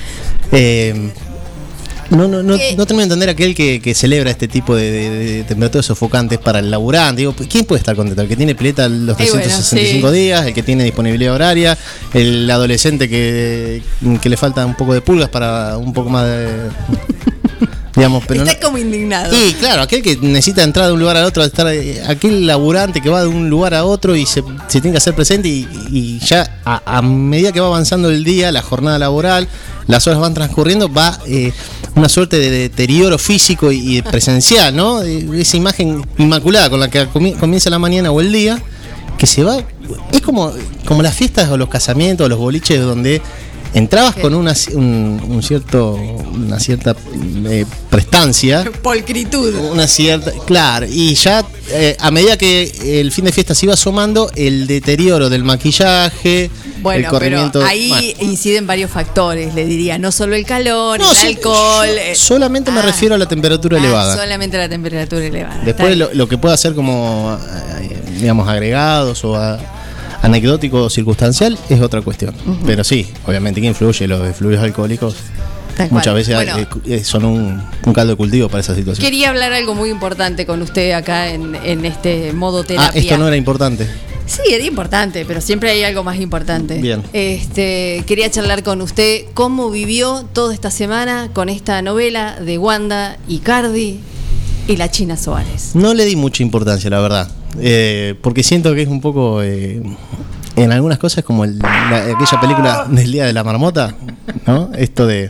Eh, no, no, no, no termino de entender aquel que, que celebra este tipo de, de- de temperaturas sofocantes para el laburante. Digo, ¿quién puede estar contento? El que tiene pileta los Y bueno, trescientos sesenta y cinco sí. días, el que tiene disponibilidad horaria, el adolescente que, que le falta un poco de pulgas para un poco más de... digamos, pero Está no- como indignado. y claro, aquel que necesita entrar de un lugar a otro, estar, eh, aquel laburante que va de un lugar a otro y se, se tiene que hacer presente y, y ya a, a medida que va avanzando el día, la jornada laboral, las horas van transcurriendo, va eh, una suerte de deterioro físico y, y presencial, ¿no? Eh, Esa imagen inmaculada con la que comi- comienza la mañana o el día, que se va, es como, como las fiestas o los casamientos o los boliches donde entrabas con una, un, un cierto, una cierta eh, prestancia, Polcritud. una cierta, claro, y ya eh, a medida que el fin de fiesta se iba asomando, el deterioro del maquillaje, el Bueno, corrimiento. pero ahí bueno, inciden varios factores, le diría, no solo el calor, No, el sí, alcohol. yo eh, solamente me ah, refiero a la temperatura ah, elevada. Solamente la temperatura elevada. Después Está lo, lo que pueda ser como, eh, digamos, agregados o a- anecdótico o circunstancial es otra cuestión. Ujú. Pero sí, obviamente que influye los fluidos alcohólicos. Tal Muchas cual. veces Bueno. eh, eh, son un, un caldo de cultivo para esa situación. Quería hablar algo muy importante con usted acá en, en este modo Ah, terapia. esto no era importante. Sí, era importante, pero siempre hay algo más importante. Bien. Este, quería charlar con usted cómo vivió toda esta semana con esta novela de Wanda Icardi y la China Suárez. No le di mucha importancia, la verdad. Eh, porque siento que es un poco. Eh, en algunas cosas, como el, la, aquella película del Día de la Marmota, ¿no? Esto de. de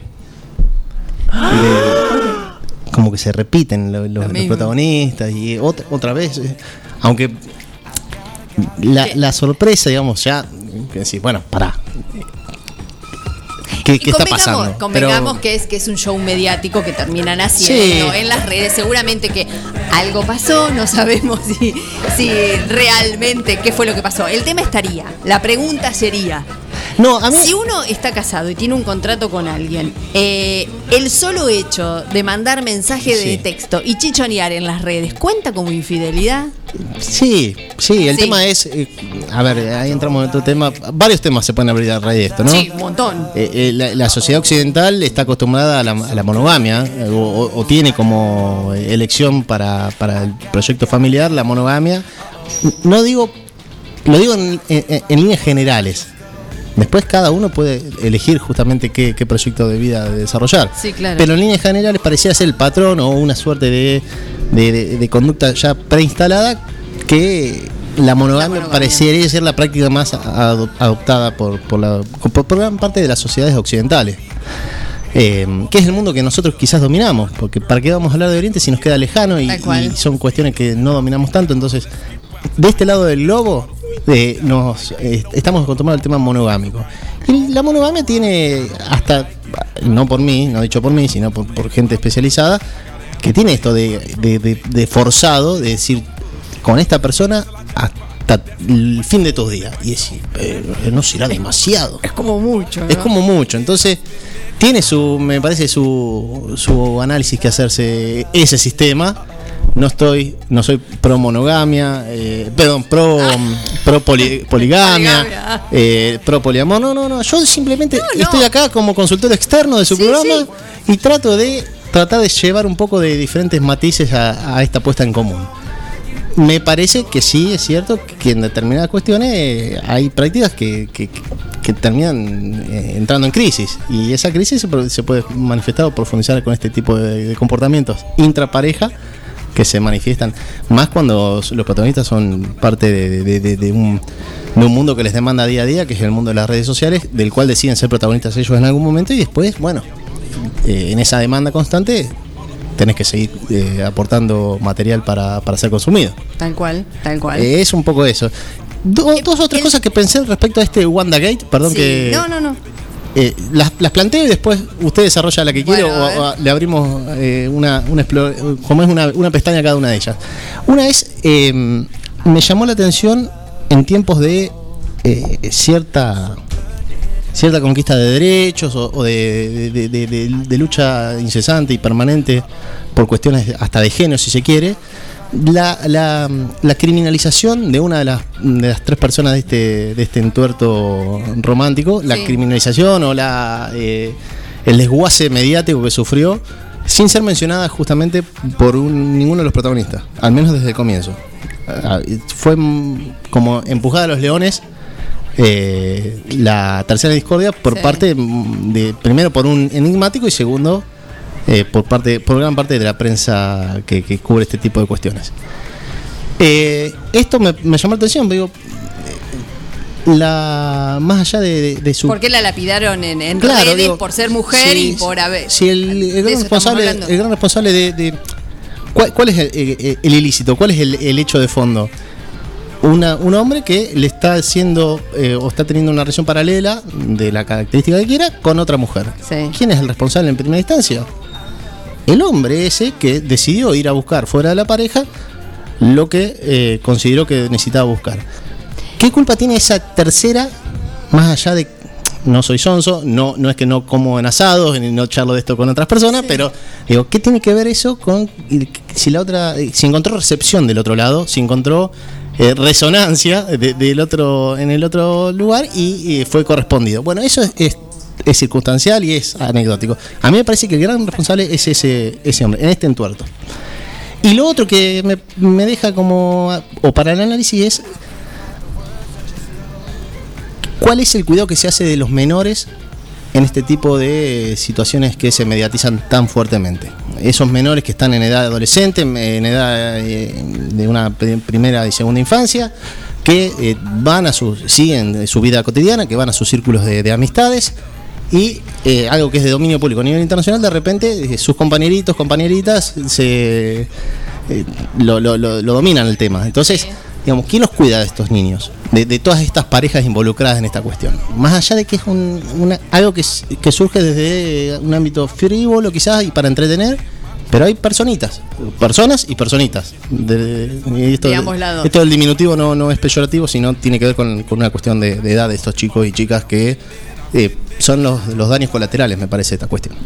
como que se repiten lo, lo, los protagonistas y otra, otra vez. Eh, aunque. La, la sorpresa, digamos, ya. Que decís, bueno, pará. ¿Qué, qué está pasando? Convengamos Pero, que es que es un show mediático que terminan haciendo sí. en las redes. Seguramente que algo pasó, no sabemos si, si realmente qué fue lo que pasó. El tema estaría, la pregunta sería, no, a mí, si uno está casado y tiene un contrato con alguien, eh, el solo hecho de mandar mensaje de Sí. texto y chichonear en las redes, ¿cuenta como infidelidad? Sí, sí, el Sí. tema es, eh, a ver, ahí entramos en otro tema, varios temas se pueden abrir a raíz de esto, ¿no? Sí, un montón. Eh, eh, la, la sociedad occidental está acostumbrada a la, a la monogamia, eh, o, o- o tiene como elección para, para el proyecto familiar la monogamia. No digo, lo digo en, en- en líneas generales. Después cada uno puede elegir justamente qué, qué proyecto de vida desarrollar. Sí, claro. Pero en líneas generales pareciera ser el patrón o una suerte de, de, de- de conducta ya preinstalada que la monogamia, parecería ser la práctica más ado- adoptada por, por, la, por, por gran parte de las sociedades occidentales. Eh, que es el mundo que nosotros quizás dominamos, porque ¿para qué vamos a hablar de Oriente si nos queda lejano y, Tal cual. y son cuestiones que no dominamos tanto? Entonces, de este lado del globo, eh, nos eh, estamos acostumbrados al tema monogámico. Y la monogamia tiene hasta, no por mí, no dicho por mí, sino por, por gente especializada, que tiene esto de, de, de- de forzado, de decir, con esta persona hasta el fin de tus días. Y decir, pero no será demasiado. Es como mucho, ¿no? Es como mucho. Entonces, tiene su, me parece, su, su análisis que hacerse ese sistema. No estoy, no soy pro monogamia, eh, perdón, pro, pro poli- poligamia, Poligamia. eh, pro poliamor. No, no, no. Yo simplemente No, no. estoy acá como consultor externo de su Sí, programa y trato de tratar de llevar un poco de diferentes matices a, a esta puesta en común. Me parece que sí, es cierto que en determinadas cuestiones eh, hay prácticas que, que, que terminan eh, entrando en crisis y esa crisis se, pro- se puede manifestar o profundizar con este tipo de, de comportamientos intrapareja que se manifiestan más cuando los protagonistas son parte de, de- de- de un, de un mundo que les demanda día a día, que es el mundo de las redes sociales, del cual deciden ser protagonistas ellos en algún momento y después, bueno, eh, en esa demanda constante tenés que seguir eh, aportando material para, para ser consumido. Tal cual, tal cual. Eh, es un poco eso. Do- dos o tres cosas que pensé respecto a este WandaGate, perdón Sí. que... No, no, no. Eh, las, las planteo y después usted desarrolla la que quiere Bueno, o, a ver. o a- le abrimos eh, una, una, explore- como es una, una pestaña a cada una de ellas. Una es, eh, me llamó la atención en tiempos de eh, cierta cierta conquista de derechos o, o de, de- de- de- de lucha incesante y permanente por cuestiones hasta de género, si se quiere, la, la, la criminalización de una de las, de las tres personas de este, de este entuerto romántico, la Sí. criminalización o la eh, el desguace mediático que sufrió, sin ser mencionada justamente por un- ninguno de los protagonistas, al menos desde el comienzo. Ah, Fue mm, como empujada a los leones eh, la tercera discordia por Sí. parte mm, de, primero por un enigmático y segundo eh, por parte por gran parte de la prensa que, que cubre este tipo de cuestiones. Eh, esto me, me llamó la atención, digo, eh, la más allá de, de- de su ¿Por qué la lapidaron en, en Claro, redes digo, por ser mujer sí, y por haber... si el, el de gran eso estamos responsable, hablando. el gran responsable de, de- ¿cuál, cuál es el, el- el ilícito? ¿Cuál es el, el hecho de fondo? Una, un hombre que le está haciendo eh, o está teniendo una relación paralela de la característica que quiera con otra mujer. Sí. ¿Quién es el responsable en primera instancia? El hombre ese que decidió ir a buscar fuera de la pareja lo que eh, consideró que necesitaba buscar. ¿Qué culpa tiene esa tercera, más allá de... No soy sonso, no, no es que no como en asados, ni no charlo de esto con otras personas, pero digo, ¿qué tiene que ver eso con el- si la otra, eh, si encontró recepción del otro lado, si encontró eh, resonancia de- del otro en el otro lugar y eh, fue correspondido? Bueno, eso es, es, es circunstancial y es anecdótico. A mí me parece que el gran responsable es ese, ese hombre, en este entuerto. Y lo otro que me, me deja como, o para el análisis es ¿cuál es el cuidado que se hace de los menores en este tipo de situaciones que se mediatizan tan fuertemente? Esos menores que están en edad adolescente, en edad eh, de una primera y segunda infancia, que eh, van a su, siguen su vida cotidiana, que van a sus círculos de, de amistades, y eh, algo que es de dominio público a nivel internacional, de repente eh, sus compañeritos, compañeritas se eh, lo, lo, lo, lo dominan el tema. Entonces, digamos, ¿quién los cuida de estos niños? De, de todas estas parejas involucradas en esta cuestión. Más allá de que es un, una, algo que, que surge desde un ámbito frívolo quizás y para entretener, pero hay personitas, personas y personitas. De, de, esto, de ambos lados. Esto del diminutivo no, no es peyorativo, sino tiene que ver con, con una cuestión de, de edad de estos chicos y chicas que eh, son los, los daños colaterales, me parece, esta cuestión.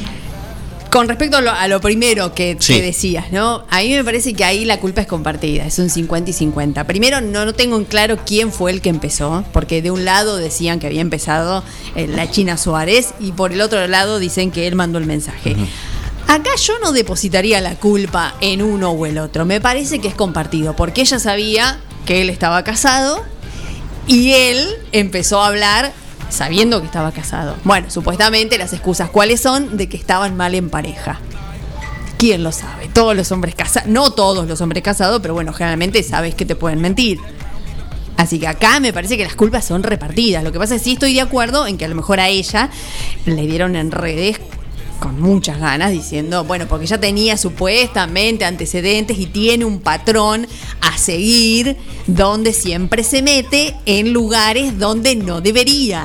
Con respecto a lo, a lo primero que Sí. te decías, ¿no? A mí me parece que ahí la culpa es compartida, es un cincuenta y cincuenta. Primero, no, no tengo en claro quién fue el que empezó, porque de un lado decían que había empezado eh, la China Suárez y por el otro lado dicen que él mandó el mensaje. Uh-huh. Acá yo no depositaría la culpa en uno o el otro, me parece que es compartido, porque ella sabía que él estaba casado y él empezó a hablar sabiendo que estaba casado. Bueno, supuestamente las excusas cuáles son de que estaban mal en pareja. ¿Quién lo sabe? Todos los hombres casados, no todos los hombres casados, pero bueno, generalmente sabes que te pueden mentir. Así que acá me parece que las culpas son repartidas. Lo que pasa es que sí estoy de acuerdo en que a lo mejor a ella le dieron en redes con muchas ganas diciendo, bueno, porque ya tenía supuestamente antecedentes y tiene un patrón a seguir donde siempre se mete en lugares donde no debería,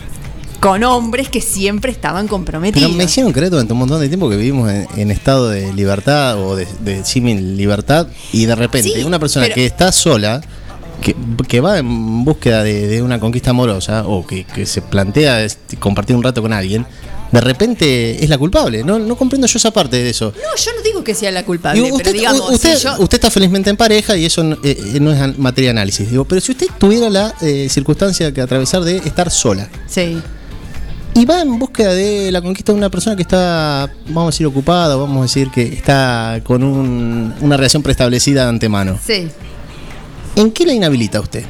con hombres que siempre estaban comprometidos. Pero me hicieron creer durante un montón de tiempo que vivimos en, en estado de libertad o de, de símil libertad, y de repente Sí, una persona pero- que está sola, que, que va en búsqueda de, de una conquista amorosa o que, que se plantea este, compartir un rato con alguien, de repente es la culpable. No, no comprendo yo esa parte de eso. No, yo no digo que sea la culpable, Digo, pero usted, digamos, usted, si yo... usted está felizmente en pareja y eso no, eh, no es an- materia de análisis. Digo, pero si usted tuviera la eh, circunstancia que atravesar de estar sola, Sí. y va en búsqueda de la conquista de una persona que está, vamos a decir, ocupada, vamos a decir que está con un- una relación preestablecida de antemano, Sí. ¿en qué la inhabilita usted?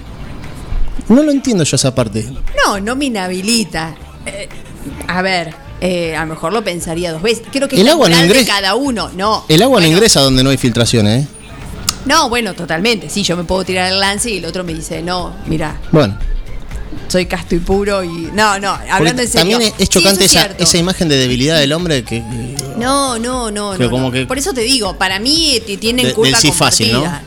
No lo entiendo yo esa parte. No, no me inhabilita. Eh, a ver, eh, a lo mejor lo pensaría dos veces. Creo que El es agua no natural de ingresa- cada uno. No, El agua no ingresa donde no hay filtraciones, ¿eh? no, bueno, totalmente. Sí, yo me puedo tirar el lance y el otro me dice, no, mira, Bueno, soy casto y puro y... No, no, hablando en serio. también es, es Sí, chocante eso es esa, cierto. esa imagen de debilidad del hombre que, que- No, no, no, que no, como no. que- Por eso te digo, para mí te tienen de- culpa del sí fácil, ¿no? compartida.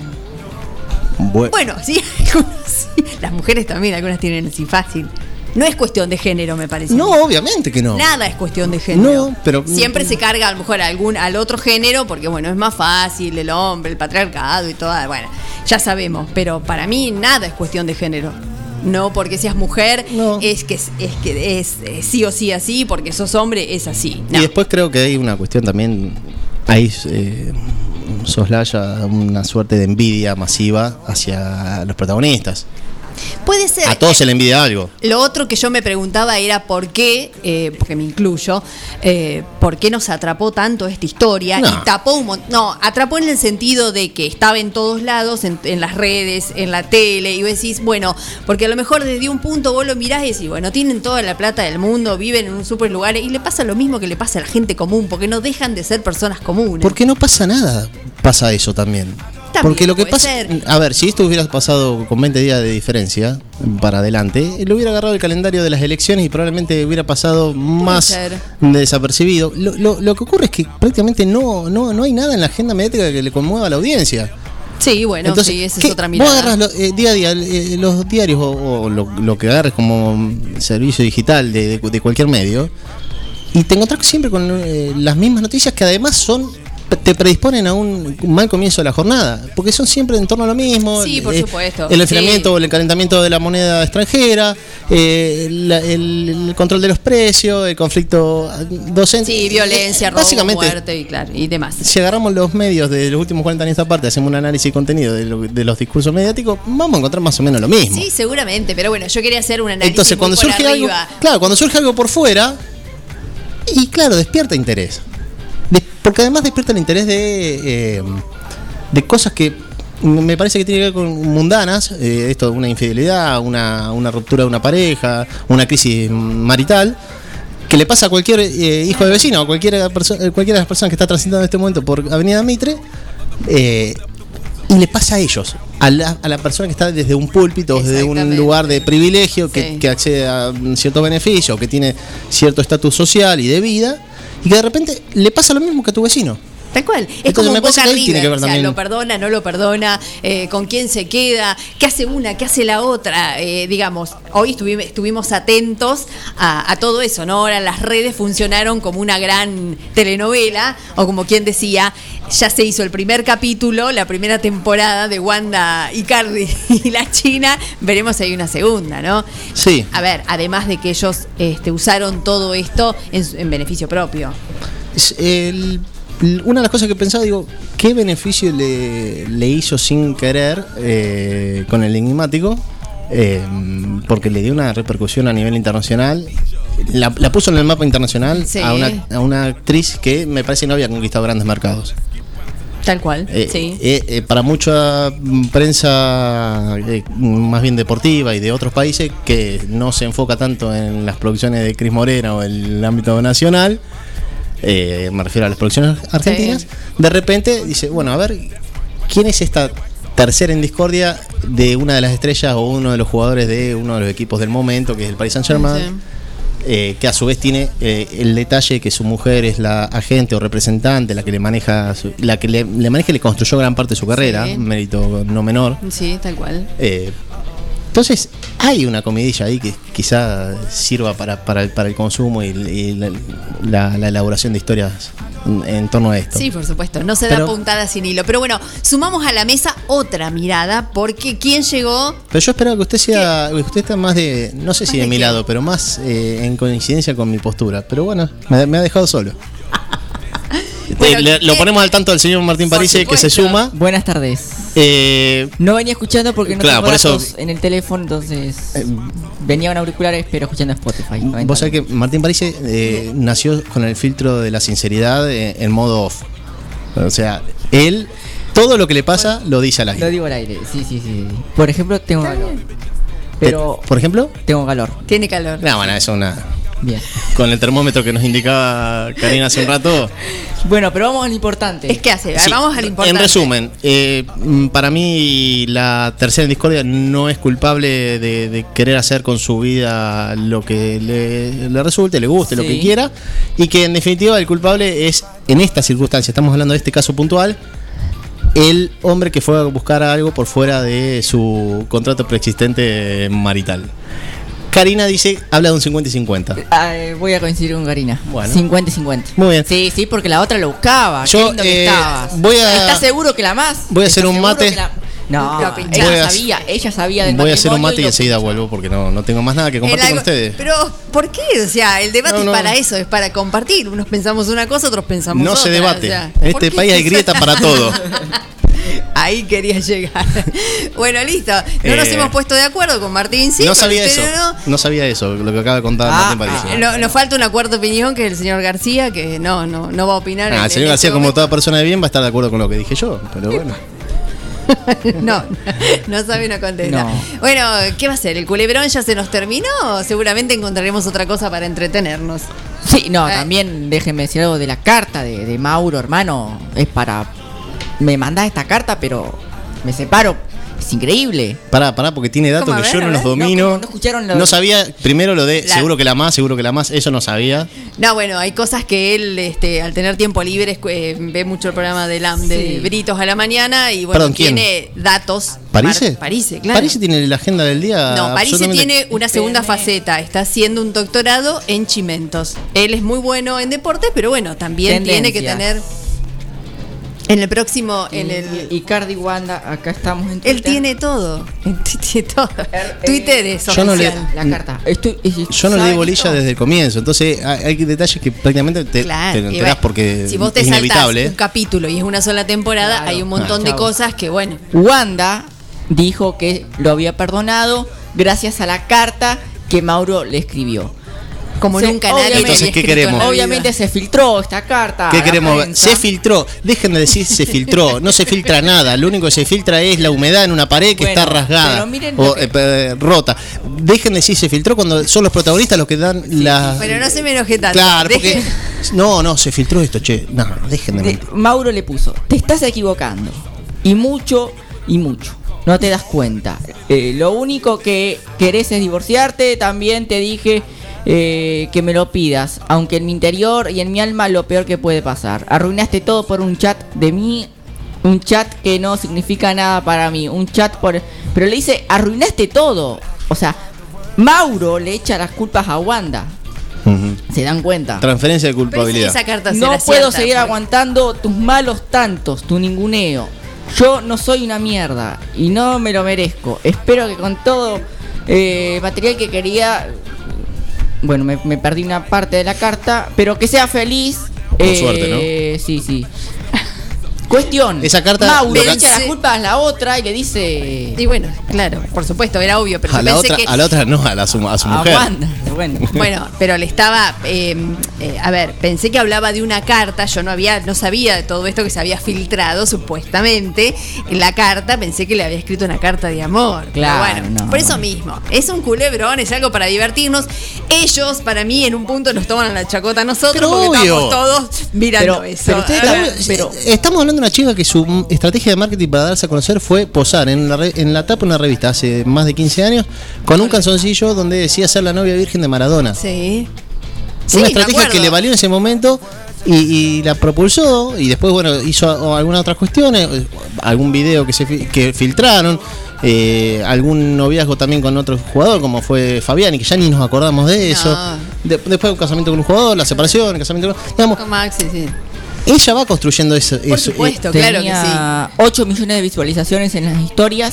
Bueno, Bueno, sí, algunas sí. Las mujeres también, algunas tienen así fácil. No es cuestión de género, me parece. no, obviamente que no. Nada es cuestión de género. No, pero Siempre se carga a lo mejor a algún, al otro género, porque bueno, es más fácil, el hombre, el patriarcado y toda, bueno, ya sabemos, pero para mí nada es cuestión de género. No porque seas mujer, es que es, es que es eh, sí o sí así, porque sos hombre es así. No. Y después creo que hay una cuestión también, ahí eh, soslaya una suerte de envidia masiva hacia los protagonistas. Puede ser. A todos se le envidia algo. Lo otro que yo me preguntaba era por qué, eh, porque me incluyo, eh, por qué nos atrapó tanto esta historia No. y tapó un montón. No, atrapó en el sentido de que estaba en todos lados, en, en las redes, en la tele, y vos decís, bueno, porque a lo mejor desde un punto vos lo mirás y decís, bueno, tienen toda la plata del mundo, viven en un super lugar y le pasa lo mismo que le pasa a la gente común, porque no dejan de ser personas comunes. Porque no pasa nada, pasa eso también. También Porque lo que puede pasa, ser. a ver, si esto hubiera pasado con veinte días de diferencia para adelante, le hubiera agarrado el calendario de las elecciones y probablemente hubiera pasado más ser. desapercibido. Lo, lo, lo que ocurre es que prácticamente no, no, no hay nada en la agenda mediática que le conmueva a la audiencia. Sí, bueno, Entonces, sí, esa ¿qué? es otra Vos mirada. agarras lo- eh, día a día eh, los diarios o, o lo, lo que agarres como servicio digital de, de- de cualquier medio y te encontrás siempre con eh, las mismas noticias que además son te predisponen a un mal comienzo de la jornada, porque son siempre en torno a lo mismo. Sí, por eh, supuesto. El enfriamiento Sí. o el calentamiento de la moneda extranjera, eh, la- el, el control de los precios, el conflicto docente. Sí, violencia, Eh, robo, básicamente, muerte y, claro, y demás. si agarramos los medios de los últimos cuarenta años a esta parte, hacemos un análisis de contenido de, lo- de los discursos mediáticos, vamos a encontrar más o menos lo mismo. Sí, seguramente, pero bueno, yo quería hacer un análisis Entonces, muy cuando por surge arriba. algo, claro, cuando surge algo por fuera, y claro, despierta interés. De- porque además despierta el interés de, eh, de cosas que me parece que tiene que ver con mundanas, eh, esto, una infidelidad, una, una ruptura de una pareja, una crisis marital, que le pasa a cualquier eh, hijo de vecino, a cualquiera, perso- cualquiera de las personas que está transitando en este momento por Avenida Mitre, eh, y le pasa a ellos, a la, a la persona que está desde un púlpito, desde un lugar de privilegio, que, Sí. que accede a cierto beneficio, que tiene cierto estatus social y de vida, y que de repente le pasa lo mismo que a tu vecino. Tal cual. Es Entonces, como me un parece Boca que ahí tiene River. que ver O sea, también. lo perdona, no lo perdona, eh, con quién se queda, qué hace una, qué hace la otra. Eh, digamos, hoy estuvimos, estuvimos atentos a, a todo eso, ¿no? Ahora las redes funcionaron como una gran telenovela, o como quien decía, ya se hizo el primer capítulo, la primera temporada de Wanda, Icardi y la China. Veremos si hay una segunda, ¿no? Sí. A ver, además de que ellos este, usaron todo esto en, su- en beneficio propio. Es el- una de las cosas que pensaba, digo, ¿qué beneficio le, le hizo sin querer eh, con el enigmático? Eh, porque le dio una repercusión a nivel internacional. La, la puso en el mapa internacional Sí. a, una, a una actriz que me parece no había conquistado grandes mercados. Tal cual, Eh, sí. eh, eh, para mucha prensa eh, más bien deportiva y de otros países que no se enfoca tanto en las producciones de Cris Morena o en el ámbito nacional, eh, me refiero a las producciones argentinas, Sí. de repente dice, bueno, a ver, ¿quién es esta tercera en discordia de una de las estrellas o uno de los jugadores de uno de los equipos del momento, que es el Paris Saint-Germain? Sí. Eh, que a su vez tiene eh, el detalle que su mujer es la agente o representante, la que le maneja, su- la que le, le maneja y le construyó gran parte de su carrera, Sí. mérito no menor. Sí, tal cual. Eh, entonces hay una comidilla ahí que quizá sirva para, para, el, para el consumo y, y la, la- la elaboración de historias en, en torno a esto. Sí, por supuesto, no se da Pero- puntada sin hilo. Pero bueno, sumamos a la mesa otra mirada, porque ¿quién llegó? Pero yo esperaba que usted sea, que usted está más de, no sé si de, de mi qué? lado, pero más eh, en coincidencia con mi postura. Pero bueno, me, me ha dejado solo. Bueno, Eh, le- lo ¿qué? ponemos al tanto del señor Martín Por Parise, que se supuesto. suma. Buenas tardes. Eh, No venía escuchando porque no Claro, tengo por eso- datos en el teléfono, entonces venía con auriculares, pero escuchando Spotify. Vos sabés que Martín Parise eh, nació con el filtro de la sinceridad eh, en modo off. O sea, él, todo lo que le pasa lo dice al Lo aire. digo al aire, sí, sí, sí. Por ejemplo, tengo calor. Pero ¿Por ejemplo? tengo calor. Tiene calor. No, bueno, eso es una. Bien. Con el termómetro que nos indicaba Karina hace un rato. Bueno, pero vamos a lo importante. Es que hace, Sí, vamos al importante. En resumen, eh, mm, para mí la tercera en discordia no es culpable de, de querer hacer con su vida lo que le, le resulte, le guste, lo Sí. que quiera, y que en definitiva el culpable es, en esta circunstancia, estamos hablando de este caso puntual, el hombre que fue a buscar algo por fuera de su contrato preexistente marital. Karina dice, habla de un cincuenta y cincuenta. Ah, eh, voy a coincidir con Karina. Bueno. cincuenta y cincuenta. Muy bien. Sí, sí, porque la otra lo buscaba. Yo, Qué lindo que eh, estabas. voy a- ¿Estás seguro que la más? Voy a hacer ¿Estás un seguro mate. que la- No, Lo pinchás. Voy ella a- sabía, ella sabía del Voy a hacer un matrimonio mate y lo- enseguida vuelvo porque no, no tengo más nada que compartir El con algo- ustedes. Pero, ¿por qué? O sea, el debate No, no. es para eso, es para compartir. Unos pensamos una cosa, otros pensamos No otra. se debate. o sea, En ¿por este qué? país hay grieta para todo. Ahí quería llegar. Bueno, listo. No nos Eh, hemos puesto de acuerdo con Martín, sí. no con sabía usted eso. no. No sabía eso, lo que acaba de contar Ah, Martín Parise. Eh, no- nos falta una cuarta opinión, que es el señor García, que no, no, no va a opinar. Ah, en- el señor en García, este como momento. toda persona de bien, va a estar de acuerdo con lo que dije yo. Pero bueno. No, no sabe, no contesta. No. Bueno, ¿qué va a ser? ¿El culebrón ya se nos terminó? Seguramente encontraremos otra cosa para entretenernos. Sí, no, Eh. también déjenme decir algo de la carta de, de Mauro, hermano. Es para. Me mandás esta carta, pero me separo. Es increíble. Pará, pará, porque tiene datos ¿Cómo? A que ver, yo a no los ver. domino. No, no escucharon lo- No sabía, primero lo de La- seguro que la más, seguro que la más, eso no sabía. No, bueno, hay cosas que él, este, al tener tiempo libre, escu- eh, ve mucho el programa de, la, de Sí. Britos a la mañana y bueno, Perdón, ¿quién? tiene datos. ¿Parise? Mar- Parise, claro. Parise tiene la agenda del día. No, Parise absolutamente- tiene una segunda Espérame. faceta, está haciendo un doctorado en chimentos. Él es muy bueno en deportes, pero bueno, también tiene que Tendencias. tener en el próximo, en el Y Cardi Wanda, acá estamos en él Twitter. tiene todo, él tiene todo. Twitter es Yo no le- oficial. La carta. Estoy, Yo no le ¿saben di bolilla esto? desde el comienzo, entonces hay, hay detalles que prácticamente te, Claro, te y enterás bueno, porque si vos te es saltás inevitable. un capítulo y es una sola temporada, Claro. hay un montón Ah, de chao. cosas que bueno. Wanda dijo que lo había perdonado gracias a la carta que Mauro le escribió. Como Se- nunca nadie obviamente- me había Entonces, ¿qué escrito queremos? en la vida. Obviamente se filtró esta carta. ¿Qué a la queremos ver? prensa. Se filtró. Dejen de decir se filtró. No se filtra nada. Lo único que se filtra es la humedad en una pared que Bueno, está rasgada pero miren o lo que- eh, eh, rota. Dejen de decir se filtró cuando son los protagonistas los que dan la. Bueno, no se me enoje tanto. Claro, porque. Deje- No, no, se filtró esto, che. No, dejen de De- mentir. Mauro le puso, te estás equivocando. Y mucho, y mucho. No te das cuenta. Eh, lo único que querés es divorciarte. También te dije eh, que me lo pidas. Aunque en mi interior y en mi alma lo peor que puede pasar. Arruinaste todo por un chat de mí. Un chat que no significa nada para mí. Un chat por... Pero le dice, arruinaste todo. O sea, Mauro le echa las culpas a Wanda. Ujú. ¿Se dan cuenta? Transferencia de Pero culpabilidad. esa carta No será puedo cierta, seguir porque- aguantando tus malos tantos, tu ninguneo. Yo no soy una mierda y no me lo merezco. Espero que con todo eh, material que quería... Bueno, me, me perdí una parte de la carta, pero que sea feliz. Por suerte, ¿no? Sí, sí. Cuestión. Esa carta- Mauro lo le que- echa las culpas a la otra y le dice... Y bueno, claro, por supuesto, era obvio, pero A yo la, pensé otra, que... a la otra no, a, la, su, a su a mujer. Wanda. Bueno. Bueno, pero le estaba, eh, eh, a ver, pensé que hablaba de una carta, yo no había, no sabía de todo esto que se había filtrado supuestamente en la carta, pensé que le había escrito una carta de amor. Pero Claro, bueno, no. por eso mismo, es un culebrón, es algo para divertirnos. Ellos, para mí, en un punto nos toman a la chacota a nosotros Pero porque obvio. estamos todos mirando Pero- eso. pero ustedes A ver, también- pero- Estamos hablando de una chica que su estrategia de marketing para darse a conocer fue posar en la, re- en la tapa de una revista hace más de quince años con un calzoncillo donde decía ser la novia virgen de Maradona. Sí. Sí, Una me estrategia acuerdo. que le valió en ese momento y, y la propulsó y después, bueno, hizo a- algunas otras cuestiones, eh, algún video que se fi- que filtraron, eh, algún noviazgo también con otro jugador como fue Fabiani, que ya ni nos acordamos de eso. De- después un casamiento con un jugador, la separación, el casamiento con... Digamos, Con Maxi, sí. ella va construyendo eso. Por eso, supuesto, eh, claro que sí. Tenía ocho millones de visualizaciones en las historias.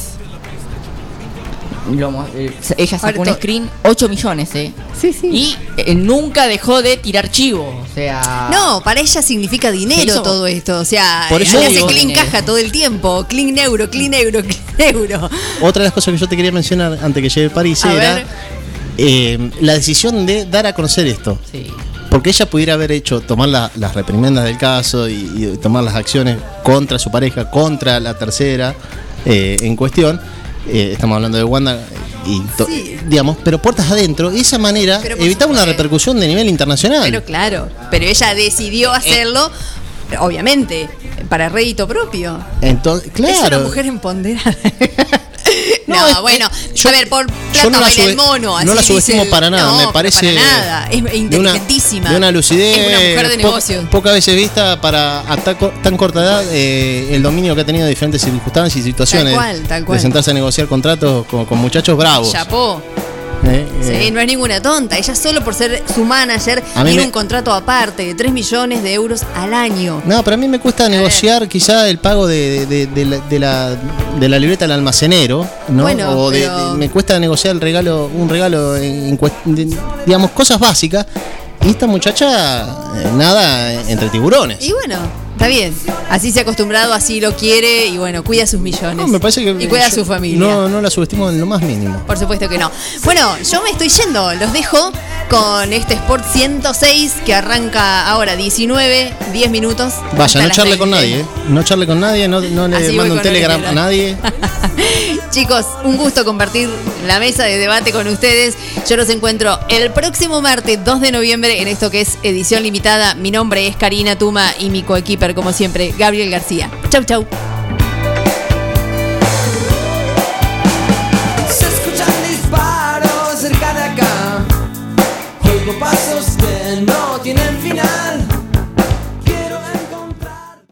Lo mo- eh, ella sacó un Ahora to- screen, ocho millones, ¿eh? Sí, sí. Y eh, nunca dejó de tirar chivo. O sea. No, para ella significa Se dinero hizo- todo esto. O sea, Por eso ella hace digo- clean caja todo el tiempo. Clean euro, clean euro, clean euro. Otra de las cosas que yo te quería mencionar antes que llegue París A era ver. eh, la decisión de dar a conocer esto. Sí. Porque ella pudiera haber hecho, tomar la- las reprimendas del caso y, y tomar las acciones contra su pareja, contra la tercera eh, en cuestión. Eh, estamos hablando de Wanda y to- digamos, pero puertas adentro, y de esa manera Pero por evitaba una supuesto. repercusión de nivel internacional. Pero claro, pero ella decidió hacerlo, obviamente, para rédito propio. Entonces, Es una claro. mujer empoderada. No, No, es- bueno, yo- a ver, por yo plata no la baila el sube- mono. Así no la dice subestimo el- para nada, No, me pero parece para nada, es de una, inteligentísima. de una lucidez Es una mujer de po- negocios. pocas veces vista para a ta- tan corta edad, eh, el dominio que ha tenido de diferentes circunstancias y situaciones Tal cual, tal cual. de sentarse a negociar contratos con, con muchachos bravos. Chapó. Eh, Sí, eh, no es ninguna tonta. Ella solo por ser su manager A mí tiene me- un contrato aparte de tres millones de euros al año. No, pero a mí me cuesta negociar quizá el pago de, de- de la, de, la, de la libreta del almacenero, ¿no? Bueno, o de, pero- de- me cuesta negociar el regalo, un regalo, en, en cuest- de- digamos, cosas básicas. Y esta muchacha, eh, nada, eh, entre tiburones. Y bueno, está bien. Así se ha acostumbrado, así lo quiere y bueno, cuida sus millones. No, me parece que y cuida a yo su familia. No, no la subestimo en lo más mínimo. Por supuesto que no. Bueno, yo me estoy yendo. Los dejo con este Sport ciento seis que arranca ahora diecinueve, diez minutos. Vaya, hasta no las charle con veinte. nadie, ¿eh? No charle con nadie, no, no le Así voy mande un con telegram el a nadie. Chicos, un gusto compartir la mesa de debate con ustedes. Yo los encuentro el próximo martes dos de noviembre en esto que es edición limitada. Mi nombre es Karina Tuma y mi coequiper, como siempre, Gabriel García. Chau, chau.